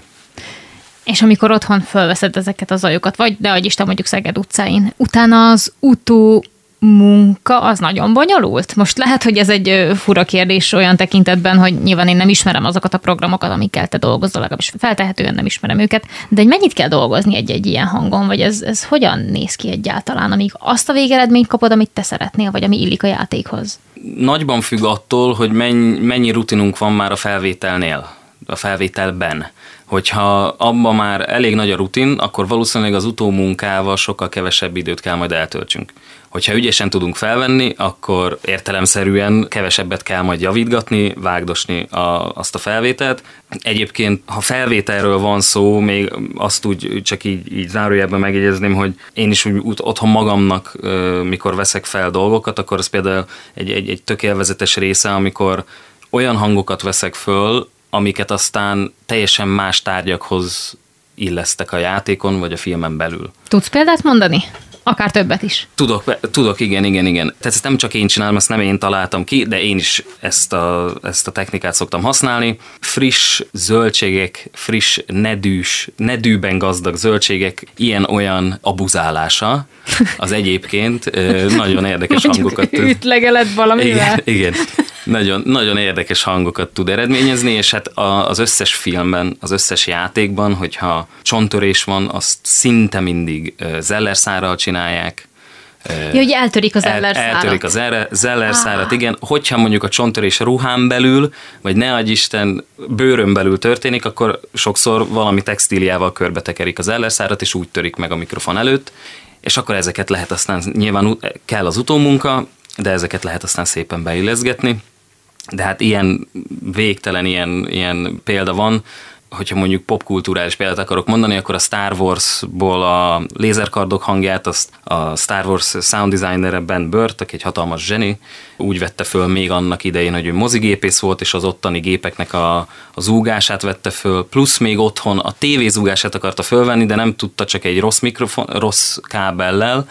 És amikor otthon fölveszed ezeket a zajokat, vagy de ahogy Isten mondjuk Szeged utcáin, utána az utó munka az nagyon bonyolult? Most lehet, hogy ez egy fura kérdés olyan tekintetben, hogy nyilván én nem ismerem azokat a programokat, amikkel te dolgozol, legalábbis feltehetően nem ismerem őket, de hogy mennyit kell dolgozni egy-egy ilyen hangon, vagy ez, ez hogyan néz ki egyáltalán, amíg azt a végeredményt kapod, amit te szeretnél, vagy ami illik a játékhoz? Nagyban függ attól, hogy mennyi, mennyi rutinunk van már a felvételnél, a felvételben. Hogyha abban már elég nagy a rutin, akkor valószínűleg az utómunkával sokkal kevesebb időt kell majd eltöltsünk. Hogyha ügyesen tudunk felvenni, akkor értelemszerűen kevesebbet kell majd javítgatni, vágdosni a, azt a felvételt. Egyébként, ha felvételről van szó, még azt úgy csak így, így zárójelben megjegyezném, hogy én is úgy otthon magamnak, mikor veszek fel dolgokat, akkor az például egy, egy, egy tök élvezetes része, amikor olyan hangokat veszek föl, amiket aztán teljesen más tárgyakhoz illesztek a játékon, vagy a filmen belül. Tudsz példát mondani? Akár többet is. Tudok, tudok, igen, igen, igen. Tehát ezt nem csak én csinálom, ezt nem én találtam ki, de én is ezt a, ezt a technikát szoktam használni. Friss zöldségek, friss, nedűs, nedűben gazdag zöldségek, ilyen-olyan abuzálása az egyébként nagyon érdekes hangokat tud. Ütlegelet valamivel. Igen, igen. Nagyon, nagyon érdekes hangokat tud eredményezni, és hát az összes filmben, az összes játékban, hogyha csontörés van, azt szinte mindig zellerszárral csinálják. Ja, hogy eltörik az zellerszárat. El, eltörik az zellerszárat, ah. igen. Hogyha mondjuk a csontörés ruhán belül, vagy ne adj Isten bőrön belül történik, akkor sokszor valami textíliával körbetekerik az zellerszárat, és úgy törik meg a mikrofon előtt, és akkor ezeket lehet aztán, nyilván kell az utómunka, de ezeket lehet aztán szépen beilleszgetni. De hát ilyen végtelen ilyen, ilyen példa van. hogyha mondjuk popkulturális példát akarok mondani, akkor a Star Wars-ból a lézerkardok hangját, azt a Star Wars sound designer Ben Burtt, aki egy hatalmas zseni, úgy vette föl még annak idején, hogy ő mozigépész volt, és az ottani gépeknek a, a zúgását vette föl, plusz még otthon a tévézúgását akarta fölvenni, de nem tudta, csak egy rossz, mikrofon, rossz kábellel,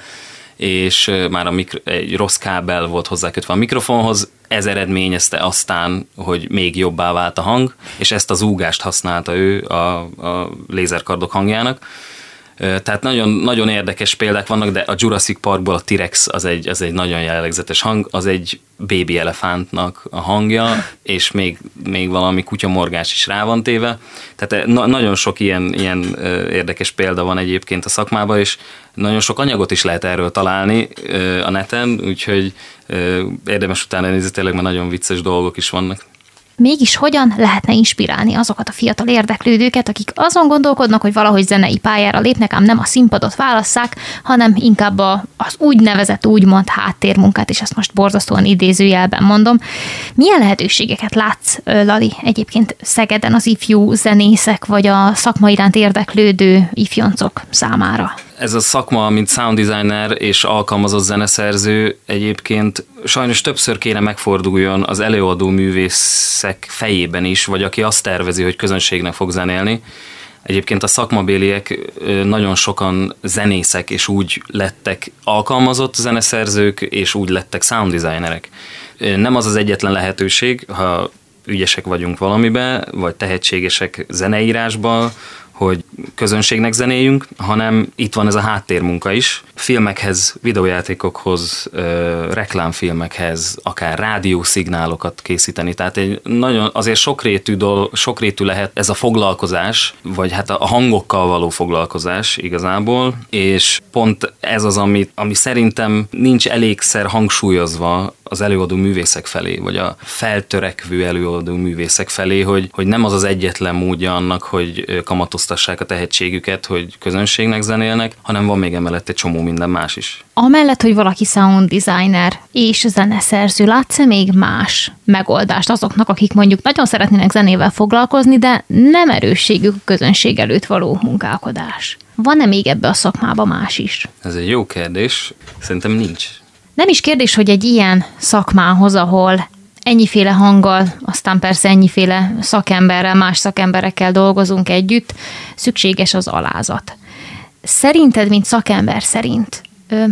és már a mikro, egy rossz kábel volt hozzákötve a mikrofonhoz, ez eredményezte aztán, hogy még jobbá vált a hang, és ezt a zúgást használta ő a, a lézerkardok hangjának. Tehát nagyon, nagyon érdekes példák vannak, de a Jurassic Parkból a T-Rex az egy, az egy nagyon jellegzetes hang, az egy bébi elefántnak a hangja, és még, még valami kutyamorgás is rá van téve. Tehát na, nagyon sok ilyen, ilyen érdekes példa van egyébként a szakmában, és nagyon sok anyagot is lehet erről találni a neten, úgyhogy érdemes utána nézni, tényleg, mert nagyon vicces dolgok is vannak. Mégis hogyan lehetne inspirálni azokat a fiatal érdeklődőket, akik azon gondolkodnak, hogy valahogy zenei pályára lépnek, ám nem a színpadot válasszák, hanem inkább a, az úgynevezett, úgymond háttérmunkát, és ezt most borzasztóan idézőjelben mondom. Milyen lehetőségeket látsz, Lali, egyébként Szegeden az ifjú zenészek, vagy a szakma iránt érdeklődő ifjoncok számára? Ez a szakma, mint sound designer és alkalmazott zeneszerző egyébként sajnos többször kéne megforduljon az előadó művészek fejében is, vagy aki azt tervezi, hogy közönségnek fog zenélni. Egyébként a szakmabéliek nagyon sokan zenészek, és úgy lettek alkalmazott zeneszerzők, és úgy lettek sound designerek. Nem az az egyetlen lehetőség, ha ügyesek vagyunk valamibe, vagy tehetségesek zeneírásban, hogy közönségnek zenéljünk, hanem itt van ez a háttérmunka is. Filmekhez, videójátékokhoz, reklámfilmekhez, akár rádiószignálokat készíteni. Tehát egy nagyon, azért sokrétű, dol, sokrétű lehet ez a foglalkozás, vagy hát a hangokkal való foglalkozás igazából, és pont ez az, ami, ami szerintem nincs elégszer hangsúlyozva az előadó művészek felé, vagy a feltörekvő előadó művészek felé, hogy, hogy nem az az egyetlen módja annak, hogy kamatoztassák a tehetségüket, hogy közönségnek zenélnek, hanem van még emellett egy csomó minden más is. Amellett, hogy valaki sound designer és zeneszerző, látsz-e még más megoldást azoknak, akik mondjuk nagyon szeretnének zenével foglalkozni, de nem erősségük a közönség előtt való munkálkodás? Van-e még ebbe a szakmába más is? Ez egy jó kérdés. Szerintem nincs. Nem is kérdés, hogy egy ilyen szakmához, ahol ennyiféle hanggal, aztán persze ennyiféle szakemberrel, más szakemberekkel dolgozunk együtt, szükséges az alázat. Szerinted, mint szakember szerint,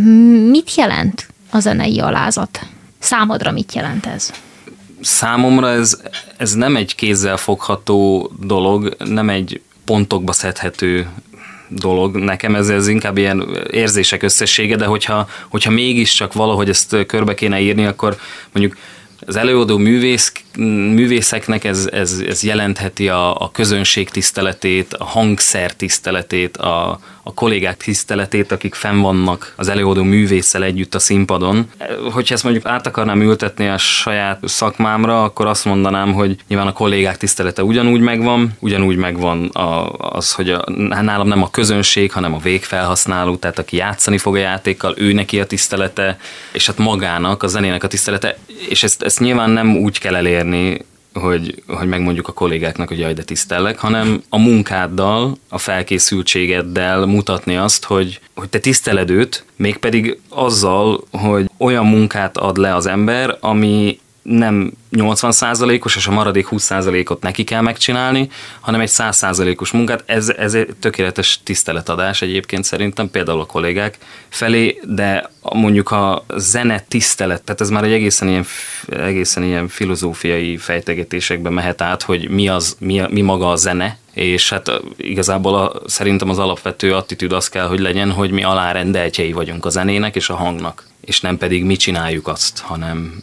mit jelent a zenei alázat? Számodra mit jelent ez? Számomra ez, ez nem egy kézzel fogható dolog, nem egy pontokba szedhető dolog. Nekem ez, ez inkább ilyen érzések összessége, de hogyha, hogyha mégiscsak valahogy ezt körbe kéne írni, akkor mondjuk az előadó művész, művészeknek ez, ez, ez jelentheti a, a közönség tiszteletét, a hangszer tiszteletét, a, a kollégák tiszteletét, akik fenn vannak az előadó művésszel együtt a színpadon. Hogyha ezt mondjuk át akarnám ültetni a saját szakmámra, akkor azt mondanám, hogy nyilván a kollégák tisztelete ugyanúgy megvan, ugyanúgy megvan a, az, hogy a, nálam nem a közönség, hanem a végfelhasználó, tehát aki játszani fog a játékkal, ő neki a tisztelete, és hát magának, a zenének a tisztelete, és ezt, ezt nyilván nem úgy kell elérni, hogy, hogy megmondjuk a kollégáknak, hogy jaj, de tisztellek, hanem a munkáddal, a felkészültségeddel mutatni azt, hogy, hogy te tiszteled őt, mégpedig azzal, hogy olyan munkát ad le az ember, ami nem nyolcvan százalékos, és a maradék húsz százalékot neki kell megcsinálni, hanem egy száz százalékos munkát. Ez, ez egy tökéletes tiszteletadás egyébként szerintem, például a kollégák felé, de mondjuk a zene tisztelet, tehát ez már egy egészen ilyen, egészen ilyen filozófiai fejtegetésekbe mehet át, hogy mi, az, mi, mi maga a zene, és hát igazából a, szerintem az alapvető attitűd az kell, hogy legyen, hogy mi alárendeltjei vagyunk a zenének és a hangnak, és nem pedig mi csináljuk azt, hanem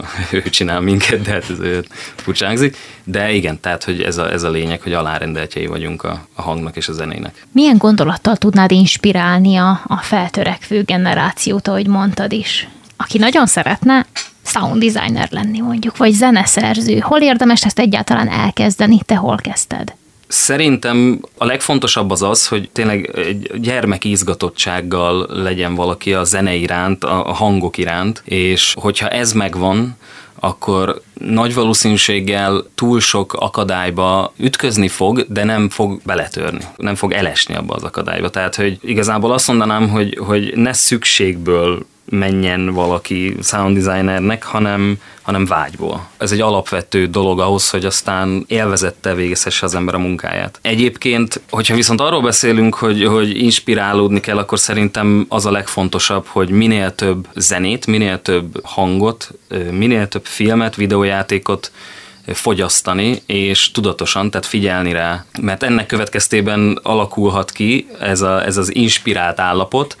ő csinál minket, de hát ez furcsángzik. De igen, tehát hogy ez a, ez a lényeg, hogy alárendeltjei vagyunk a, a hangnak és a zenének. Milyen gondolattal tudnád inspirálni a, a feltörekvő generációt, ahogy mondtad is, aki nagyon szeretne sound designer lenni mondjuk, vagy zeneszerző? Hol érdemes ezt egyáltalán elkezdeni? Te hol kezdted? Szerintem a legfontosabb az az, hogy tényleg egy gyermeki izgatottsággal legyen valaki a zene iránt, a hangok iránt, és hogyha ez megvan, akkor nagy valószínűséggel túl sok akadályba ütközni fog, de nem fog beletörni, nem fog elesni abba az akadályba. Tehát, hogy igazából azt mondanám, hogy, hogy ne szükségből menjen valaki sound designernek, hanem, hanem vágyból. Ez egy alapvető dolog ahhoz, hogy aztán élvezettel végezhesse az ember a munkáját. Egyébként, hogyha viszont arról beszélünk, hogy, hogy inspirálódni kell, akkor szerintem az a legfontosabb, hogy minél több zenét, minél több hangot, minél több filmet, videójátékot fogyasztani, és tudatosan, tehát figyelni rá. Mert ennek következtében alakulhat ki ez, a, ez az inspirált állapot,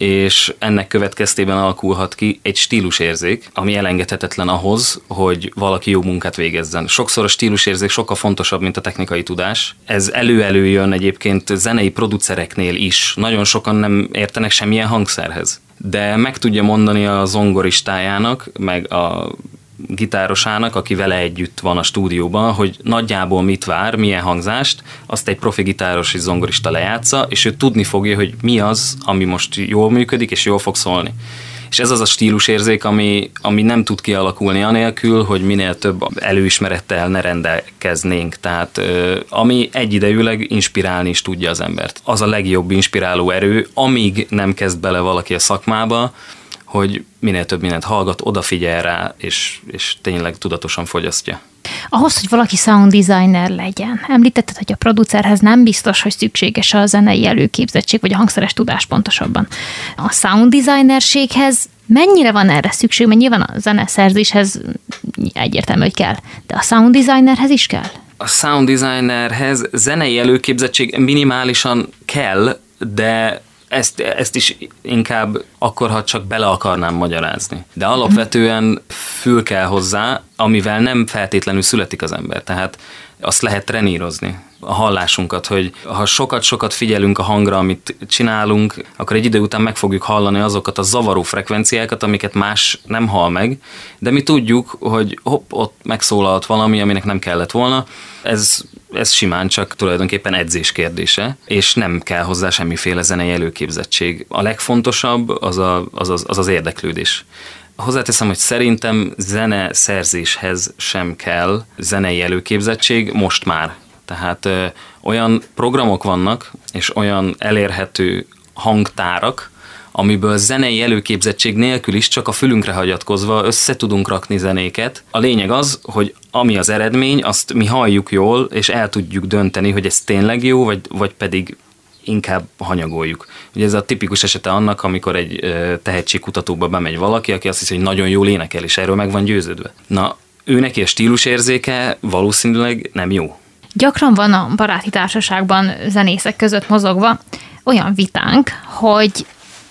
és ennek következtében alakulhat ki egy stílusérzék, ami elengedhetetlen ahhoz, hogy valaki jó munkát végezzen. Sokszor a stílusérzék sokkal fontosabb, mint a technikai tudás. Ez elő-elő jön egyébként zenei producereknél is. Nagyon sokan nem értenek semmilyen hangszerhez. De meg tudja mondani a zongoristájának, meg a gitárosának, aki vele együtt van a stúdióban, hogy nagyjából mit vár, milyen hangzást, azt egy profi gitáros és zongorista lejátsza, és ő tudni fogja, hogy mi az, ami most jól működik, és jól fog szólni. És ez az a stílusérzék, ami, ami nem tud kialakulni anélkül, hogy minél több előismerettel ne rendelkeznénk. Tehát ami egyidejűleg inspirálni is tudja az embert. Az a legjobb inspiráló erő, amíg nem kezd bele valaki a szakmába, hogy minél több mindent hallgat, odafigyel rá, és, és tényleg tudatosan fogyasztja. Ahhoz, hogy valaki sound designer legyen, említetted, hogy a producerhez nem biztos, hogy szükséges a zenei előképzettség, vagy a hangszeres tudás pontosabban. A sound designerséghez mennyire van erre szükség? Mert nyilván a zeneszerzéshez egyértelmű, hogy kell, de a sound designerhez is kell? A sound designerhez zenei előképzettség minimálisan kell, de Ezt, ezt is inkább akkor, ha csak bele akarnám magyarázni. De alapvetően fül kell hozzá, amivel nem feltétlenül születik az ember. Tehát azt lehet trenírozni, a hallásunkat, hogy ha sokat-sokat figyelünk a hangra, amit csinálunk, akkor egy idő után meg fogjuk hallani azokat a zavaró frekvenciákat, amiket más nem hall meg, de mi tudjuk, hogy hopp, ott megszólalt valami, aminek nem kellett volna. Ez, ez simán csak tulajdonképpen edzés kérdése, és nem kell hozzá semmiféle zenei előképzettség. A legfontosabb az a, az, az, az, az érdeklődés. Hozzáteszem, hogy szerintem zeneszerzéshez sem kell zenei előképzettség most már. Tehát ö, olyan programok vannak, és olyan elérhető hangtárak, amiből zenei előképzettség nélkül is csak a fülünkre hagyatkozva össze tudunk rakni zenéket. A lényeg az, hogy ami az eredmény, azt mi halljuk jól, és el tudjuk dönteni, hogy ez tényleg jó, vagy, vagy pedig inkább hanyagoljuk. Ugye ez a tipikus esete annak, amikor egy ö, tehetségkutatóba bemegy valaki, aki azt hiszi, hogy nagyon jól énekel, és erről meg van győződve. Na, ő neki a stílusérzéke valószínűleg nem jó. Gyakran van a baráti társaságban zenészek között mozogva olyan vitánk, hogy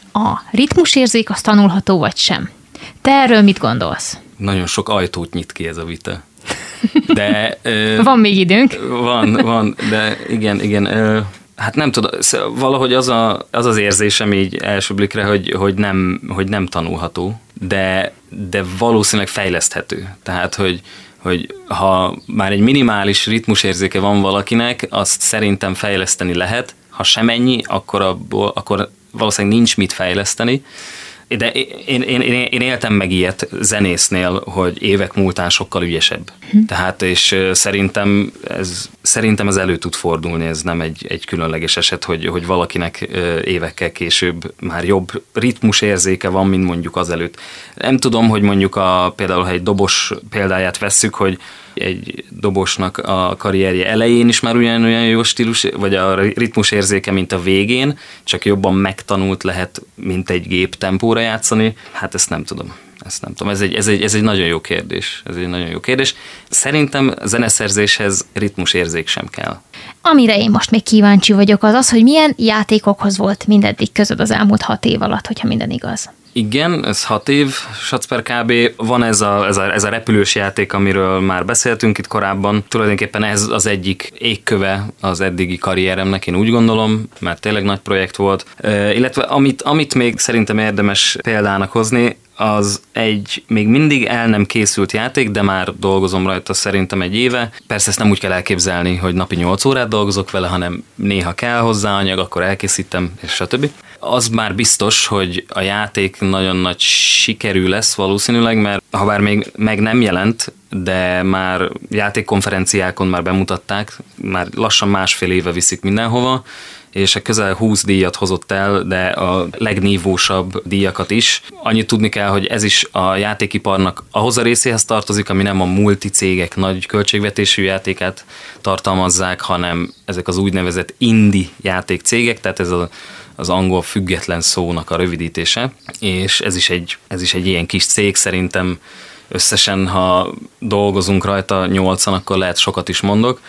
a ritmusérzék az tanulható vagy sem. Te erről mit gondolsz? Nagyon sok ajtót nyit ki ez a vita. De, ö, van még időnk. Van, van, de igen, igen. Ö, hát nem tudom, valahogy az, a, az az érzésem így első blikre, hogy, hogy, nem, hogy nem tanulható, de, de valószínűleg fejleszthető. Tehát, hogy hogy ha már egy minimális ritmusérzéke van valakinek, azt szerintem fejleszteni lehet. Ha sem ennyi, akkor, abból, akkor valószínűleg nincs mit fejleszteni. De én, én, én, én éltem meg ilyet zenésznél, hogy évek múltán sokkal ügyesebb. Hm. Tehát, és szerintem ez, szerintem ez elő tud fordulni, ez nem egy, egy különleges eset, hogy, hogy valakinek évekkel később már jobb ritmusérzéke van, mint mondjuk azelőtt. Nem tudom, hogy mondjuk a, például, ha egy dobos példáját vesszük, hogy egy dobosnak a karrierje elején is már ugyanolyan jó stílus, vagy a ritmusérzéke, mint a végén, csak jobban megtanult lehet, mint egy gép tempóra játszani. Hát ezt nem tudom. Ezt nem tudom. Ez egy, ez, egy, ez egy nagyon jó kérdés. Ez egy nagyon jó kérdés. Szerintem zeneszerzéshez ritmusérzék sem kell. Amire én most még kíváncsi vagyok, az az, hogy milyen játékokhoz volt mindeddig közöd az elmúlt hat év alatt, hogyha minden igaz. Igen, ez hat év, Sacper kb. Van ez a, ez, a, ez a repülős játék, amiről már beszéltünk itt korábban. Tulajdonképpen ez az egyik égköve az eddigi karrieremnek, én úgy gondolom, mert tényleg nagy projekt volt. E, illetve amit, amit még szerintem érdemes példának hozni, az egy még mindig el nem készült játék, de már dolgozom rajta szerintem egy éve. Persze ezt nem úgy kell elképzelni, hogy napi nyolc órát dolgozok vele, hanem néha kell hozzá anyag, akkor elkészítem, és stb. Az már biztos, hogy a játék nagyon nagy sikerű lesz valószínűleg, mert habár még meg nem jelent, de már játékkonferenciákon már bemutatták, már lassan másfél éve viszik mindenhova, és a közel húsz díjat hozott el, de a legnívósabb díjakat is. Annyit tudni kell, hogy ez is a játékiparnak ahhoz a részéhez tartozik, ami nem a multicégek nagy költségvetésű játékát tartalmazzák, hanem ezek az úgynevezett indie játékcégek, tehát ez a az angol független szónak a rövidítése, és ez is egy, ez is egy ilyen kis cég, szerintem összesen, ha dolgozunk rajta nyolcan, akkor lehet sokat is mondok,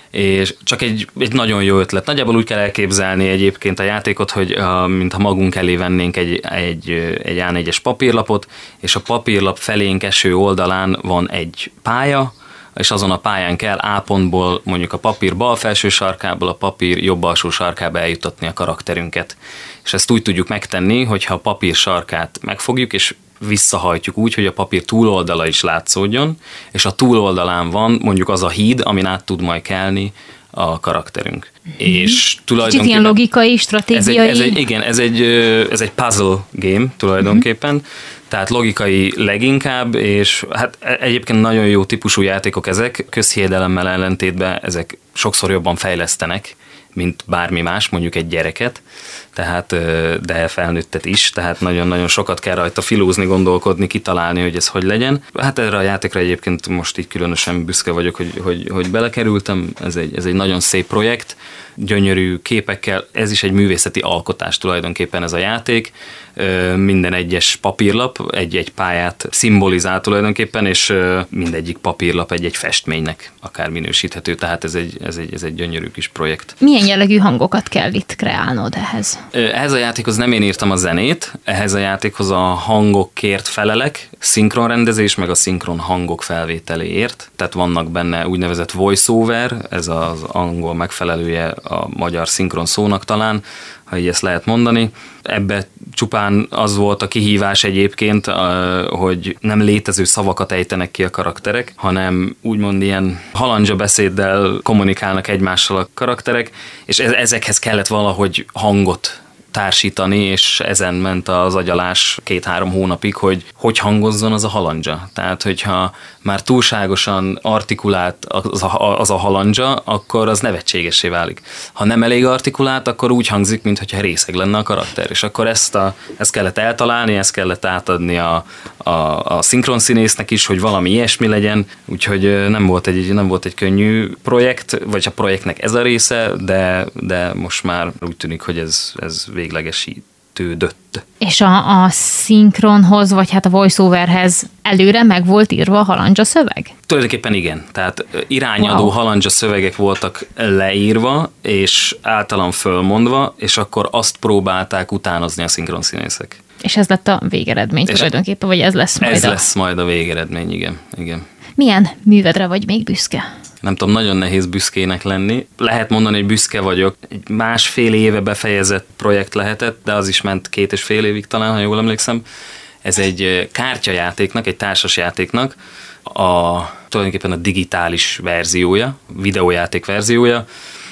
és csak egy, egy nagyon jó ötlet. Nagyjából úgy kell elképzelni egyébként a játékot, hogy mintha magunk elé vennénk egy, egy, egy á négyes papírlapot, és a papírlap felénk eső oldalán van egy pálya, és azon a pályán kell A pontból mondjuk a papír bal felső sarkából a papír jobb alsó sarkába eljutatni a karakterünket. És ezt úgy tudjuk megtenni, hogyha a papír sarkát megfogjuk, és visszahajtjuk úgy, hogy a papír túloldala is látszódjon, és a túloldalán van mondjuk az a híd, amin át tud majd kelni a karakterünk. Mm-hmm. És tulajdonképpen... Kicsit ilyen logikai, stratégiai... Ez egy, ez egy, igen, ez egy, ez egy puzzle game tulajdonképpen, mm-hmm. Tehát logikai leginkább, és hát egyébként nagyon jó típusú játékok ezek, közhiedelemmel ellentétben ezek sokszor jobban fejlesztenek, mint bármi más, mondjuk egy gyereket, tehát, de felnőttet is, tehát nagyon-nagyon sokat kell rajta filózni, gondolkodni, kitalálni, hogy ez hogy legyen. Hát erre a játékra egyébként most így különösen büszke vagyok, hogy, hogy, hogy belekerültem, ez egy, ez egy nagyon szép projekt, gyönyörű képekkel, ez is egy művészeti alkotás tulajdonképpen ez a játék, minden egyes papírlap egy-egy pályát szimbolizál tulajdonképpen, és mindegyik papírlap egy-egy festménynek akár minősíthető, tehát ez egy, ez egy, ez egy gyönyörű kis projekt. Milyen jellegű hangokat kell itt kreálnod ehhez? Ehhez a játékhoz nem én írtam a zenét, ehhez a játékhoz a hangokért felelek, szinkronrendezés, meg a szinkron hangok felvételéért, tehát vannak benne úgynevezett voice-over, ez az angol megfelelője a magyar szinkron szónak talán, ha így ezt lehet mondani. Ebbe csupán az volt a kihívás egyébként, hogy nem létező szavakat ejtenek ki a karakterek, hanem úgymond ilyen halandzsa beszéddel kommunikálnak egymással a karakterek, és ezekhez kellett valahogy hangot társítani, és ezen ment az agyalás két-három hónapig, hogy hogy hangozzon az a halandzsa. Tehát, hogyha már túlságosan artikulált az a, az a halandzsa, akkor az nevetségessé válik. Ha nem elég artikulált, akkor úgy hangzik, mintha részeg lenne a karakter. És akkor ezt, a, ezt kellett eltalálni, ezt kellett átadni a, a, a szinkronszínésznek is, hogy valami ilyesmi legyen, úgyhogy nem volt egy, nem volt egy könnyű projekt, vagy a projektnek ez a része, de, de most már úgy tűnik, hogy ez, ez véglegesítődött. És a, a szinkronhoz, vagy hát a voice-overhez előre meg volt írva a halandzsa szöveg? Tulajdonképpen igen. Tehát irányadó wow. halandzsa szövegek voltak leírva, és általam fölmondva, és akkor azt próbálták utánozni a szinkronszínészek. És ez lett a végeredmény és tulajdonképpen, vagy ez lesz majd Ez a... lesz majd a végeredmény, igen. igen. Milyen művedre vagy még büszke? Nem tudom, nagyon nehéz büszkének lenni. Lehet mondani, hogy büszke vagyok. Egy másfél éve befejezett projekt lehetett, de az is ment két és fél évig talán, ha jól emlékszem. Ez egy kártyajátéknak, egy társasjátéknak a tulajdonképpen a digitális verziója, videójáték verziója,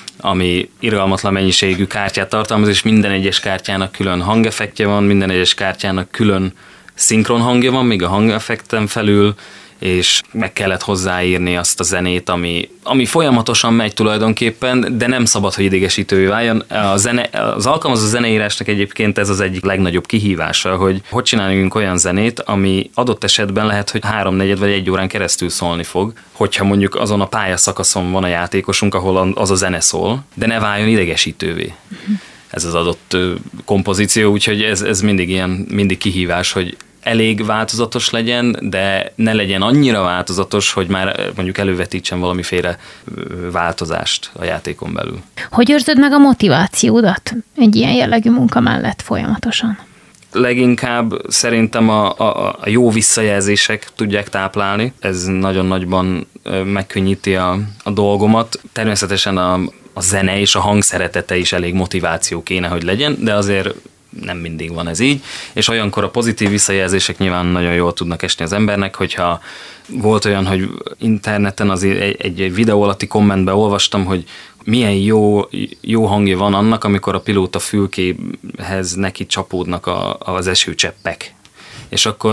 ami irgalmatlan mennyiségű kártyát tartalmaz, és minden egyes kártyának külön hangeffektje van, minden egyes kártyának külön szinkron hangja van, még a hangeffekten felül, és meg kellett hozzáírni azt a zenét, ami, ami folyamatosan megy tulajdonképpen, de nem szabad, hogy idegesítővé váljon. A zene, az alkalmazó zeneírásnak egyébként ez az egyik legnagyobb kihívása, hogy hogy csináljunk olyan zenét, ami adott esetben lehet, hogy háromnegyed vagy egy órán keresztül szólni fog, hogyha mondjuk azon a pályaszakaszon van a játékosunk, ahol az a zene szól, de ne váljon idegesítővé. Ez az adott kompozíció, úgyhogy ez, ez mindig ilyen, mindig kihívás, hogy elég változatos legyen, de ne legyen annyira változatos, hogy már mondjuk elővetítsen valamiféle változást a játékon belül. Hogy őrzöd meg a motivációdat egy ilyen jellegű munka mellett folyamatosan? Leginkább szerintem a, a, a jó visszajelzések tudják táplálni. Ez nagyon nagyban megkönnyíti a, a dolgomat. Természetesen a, a zene és a hang szeretete is elég motiváció kéne, hogy legyen, de azért nem mindig van ez így, és olyankor a pozitív visszajelzések nyilván nagyon jól tudnak esni az embernek, hogyha volt olyan, hogy interneten az egy, egy videó alatti kommentben olvastam, hogy milyen jó, jó hangja van annak, amikor a pilóta fülkéhez neki csapódnak a, az esőcseppek. És akkor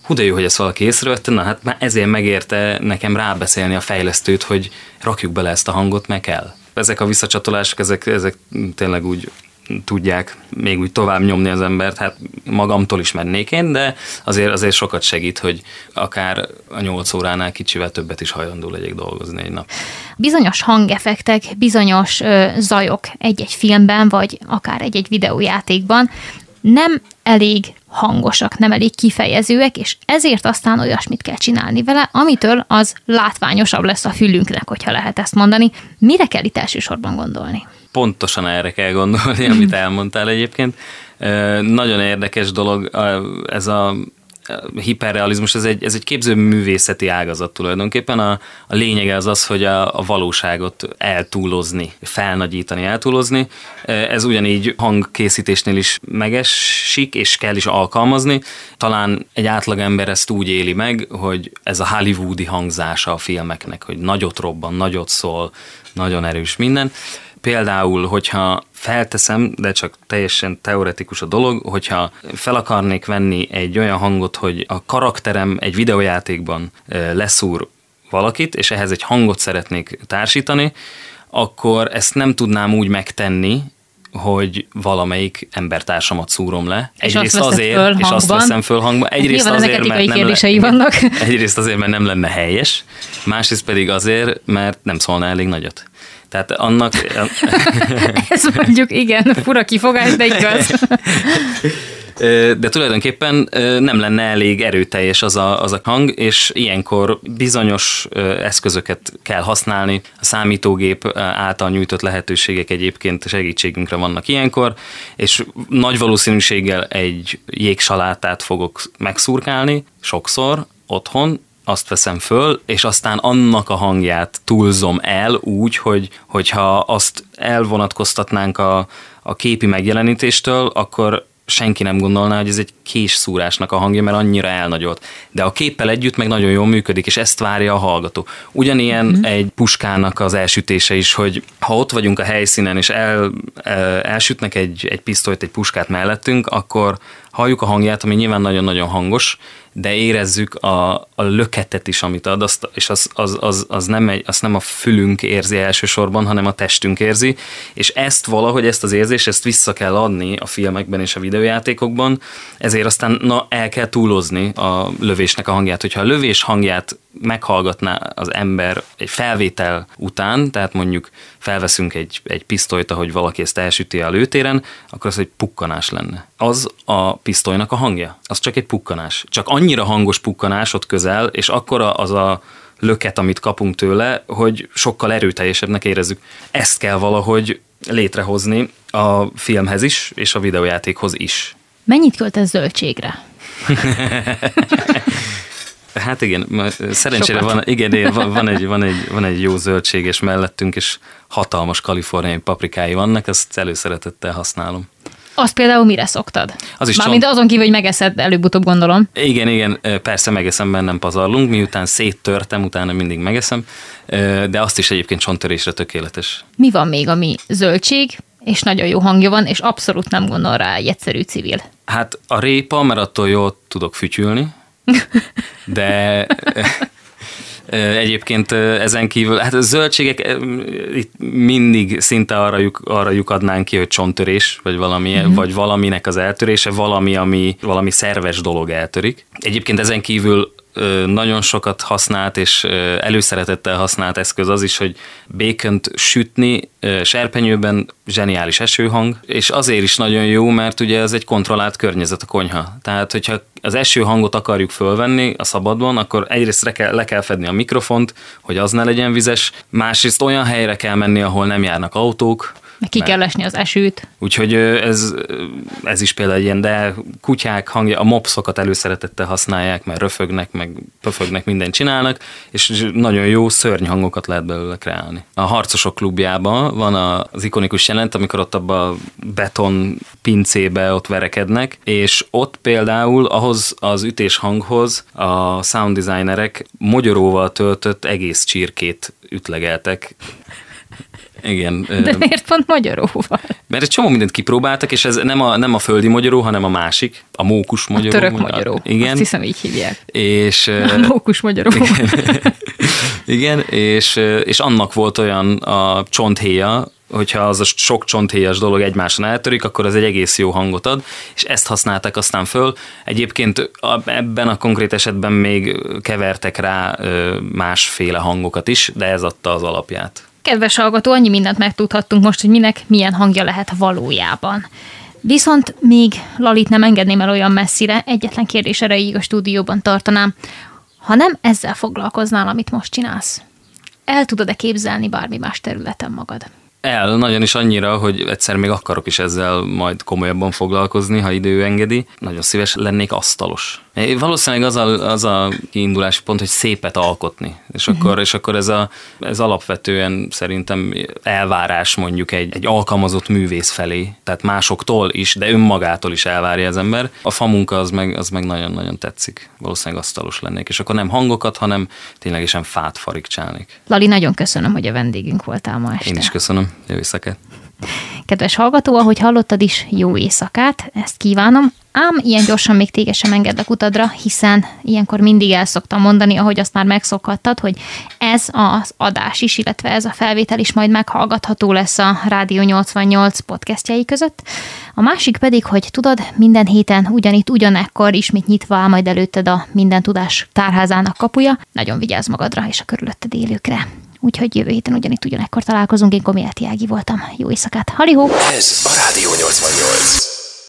hú de jó, hogy ezt valaki észrevette, na hát már ezért megérte nekem rábeszélni a fejlesztőt, hogy rakjuk bele ezt a hangot, meg kell. Ezek a visszacsatolások, ezek, ezek tényleg úgy tudják még úgy tovább nyomni az embert, hát magamtól is mennék én, de azért, azért sokat segít, hogy akár a nyolc óránál kicsivel többet is hajlandó legyek dolgozni egy nap. Bizonyos hangeffektek, bizonyos ö, zajok egy-egy filmben, vagy akár egy-egy videójátékban nem elég hangosak, nem elég kifejezőek, és ezért aztán olyasmit kell csinálni vele, amitől az látványosabb lesz a fülünknek, hogyha lehet ezt mondani. Mire kell itt elsősorban gondolni? Pontosan erre kell gondolni, amit elmondtál egyébként. Nagyon érdekes dolog ez a hiperrealizmus, ez egy, ez egy képzőművészeti ágazat tulajdonképpen. A, a lényege az az, hogy a, a valóságot eltúlozni, felnagyítani, eltúlozni. Ez ugyanígy hangkészítésnél is megesik, és kell is alkalmazni. Talán egy átlagember ezt úgy éli meg, hogy ez a hollywoodi hangzása a filmeknek, hogy nagyot robban, nagyot szól, nagyon erős minden. Például, hogyha felteszem, de csak teljesen teoretikus a dolog, hogyha fel akarnék venni egy olyan hangot, hogy a karakterem egy videójátékban leszúr valakit, és ehhez egy hangot szeretnék társítani, akkor ezt nem tudnám úgy megtenni, hogy valamelyik embertársamat szúrom le. Egyrészt azért, és azt veszem föl hangban. Egyrészt azért, mert nem le... vannak. Egyrészt azért, mert nem lenne helyes, másrészt pedig azért, mert nem szólna elég nagyot. Tehát annak... Ez mondjuk, igen, fura kifogás, de igaz. De tulajdonképpen nem lenne elég erőteljes az a, az a hang, és ilyenkor bizonyos eszközöket kell használni. A számítógép által nyújtott lehetőségek egyébként segítségünkre vannak ilyenkor, és nagy valószínűséggel egy jégsalátát fogok megszurkálni sokszor otthon, azt veszem föl, és aztán annak a hangját túlzom el úgy, hogy, hogyha azt elvonatkoztatnánk a, a képi megjelenítéstől, akkor senki nem gondolná, hogy ez egy késszúrásnak a hangja, mert annyira elnagyolt. De a képpel együtt meg nagyon jól működik, és ezt várja a hallgató. Ugyanilyen mm-hmm. egy puskának az elsütése is, hogy ha ott vagyunk a helyszínen, és el, el, elsütnek egy, egy pisztolyt, egy puskát mellettünk, akkor halljuk a hangját, ami nyilván nagyon-nagyon hangos, de érezzük a, a löketet is, amit ad, azt, és az, az, az, az, nem egy, az nem a fülünk érzi elsősorban, hanem a testünk érzi, és ezt valahogy, ezt az érzést, ezt vissza kell adni a filmekben és a videójátékokban, ezért aztán na, el kell túlozni a lövésnek a hangját. Hogyha a lövés hangját meghallgatná az ember egy felvétel után, tehát mondjuk felveszünk egy, egy pisztolyt, ahogy valaki ezt elsüti a lőtéren, akkor az egy pukkanás lenne. Az a pisztolynak a hangja. Az csak egy pukkanás. Csak annyira hangos pukkanás ott közel, és akkora az a löket, amit kapunk tőle, hogy sokkal erőteljesebbnek érezzük. Ezt kell valahogy létrehozni a filmhez is, és a videójátékhoz is. Mennyit költesz zöldségre? Hát igen, szerencsére van, igen, van, van, egy, van, egy, van egy jó zöldséges mellettünk, és hatalmas kaliforniai paprikái vannak, ezt előszeretettel használom. Azt például mire szoktad? Az is Mármint csont... azon kívül, hogy megeszed előbb-utóbb, gondolom. Igen, igen, persze megeszem, mert nem pazarlunk, miután széttörtem, utána mindig megeszem, de azt is egyébként csonttörésre tökéletes. Mi van még, ami zöldség, és nagyon jó hangja van, és abszolút nem gondol rá egy egyszerű civil? Hát a répa, mert attól jól tudok fütyülni, de egyébként ezen kívül, hát a zöldségek itt mindig szinte arra, lyuk, arra lyukadnánk ki, hogy csonttörés, vagy, valami, mm-hmm. vagy valaminek az eltörése, valami, ami valami szerves dolog eltörik. Egyébként ezen kívül nagyon sokat használt és előszeretettel használt eszköz az is, hogy békönt sütni serpenyőben, zseniális esőhang, és azért is nagyon jó, mert ugye ez egy kontrollált környezet a konyha. Tehát, hogyha az esőhangot akarjuk fölvenni a szabadban, akkor egyrészt le kell, le kell fedni a mikrofont, hogy az ne legyen vizes, másrészt olyan helyre kell menni, ahol nem járnak autók, ki kell esni az esőt. Úgyhogy ez, ez is például ilyen, de kutyák hangja, a mopszokat előszeretettel használják, mert röfögnek, meg pöfögnek, mindent csinálnak, és nagyon jó szörnyhangokat lehet belőle kreálni. A Harcosok klubjában van az ikonikus jelent, amikor ott abban a beton pincébe ott verekednek, és ott például ahhoz az ütéshanghoz a sound designerek mogyoróval töltött egész csirkét ütlegeltek. Igen. De miért pont magyaróval? Mert egy csomó mindent kipróbáltak, és ez nem a, nem a földi magyaró, hanem a másik, a mókus magyaró. A török magyaró. Igen. Azt hiszem, így hívják. És, a mókus magyaró. Igen, igen és, és annak volt olyan a csonthéja, hogyha az a sok csonthéjas dolog egymáson eltörik, akkor az egy egész jó hangot ad, és ezt használták aztán föl. Egyébként ebben a konkrét esetben még kevertek rá másféle hangokat is, de ez adta az alapját. Kedves hallgató, annyi mindent megtudhattunk most, hogy minek milyen hangja lehet valójában. Viszont még Lalit nem engedném el olyan messzire, egyetlen kérdés erejéig a stúdióban tartanám. Ha nem ezzel foglalkoznál, amit most csinálsz, el tudod-e képzelni bármi más területen magad? El, nagyon is annyira, hogy egyszer még akarok is ezzel majd komolyabban foglalkozni, ha idő engedi. Nagyon szíves lennék asztalos. Valószínűleg az a, az a kiindulási pont, hogy szépet alkotni. És akkor, uh-huh. és akkor ez, a, ez alapvetően szerintem elvárás mondjuk egy, egy alkalmazott művész felé. Tehát másoktól is, de önmagától is elvárja az ember. A famunka az meg, az meg nagyon-nagyon tetszik. Valószínűleg asztalos lennék. És akkor nem hangokat, hanem ténylegesen fát farigcsálnék. Lali, nagyon köszönöm, hogy a vendégünk voltál ma este. Én is köszönöm. Jó éjszakát! Kedves hallgató, ahogy hallottad is, jó éjszakát, ezt kívánom. Ám ilyen gyorsan még téged sem engedlek utadra, hiszen ilyenkor mindig el szoktam mondani, ahogy azt már megszokhattad, hogy ez az adás is, illetve ez a felvétel is majd meghallgatható lesz a Rádió nyolcvannyolc podcastjai között. A másik pedig, hogy tudod, minden héten ugyanitt ugyanekkor ismét nyitva áll majd előtted a Minden Tudás tárházának kapuja. Nagyon vigyázz magadra és a körülötted élőkre. Úgyhogy jövő héten ugyanitt ugyanekkor találkozunk, én Komiáti Ági voltam. Jó éjszakát, halihó! Ez a Rádió nyolcvannyolc.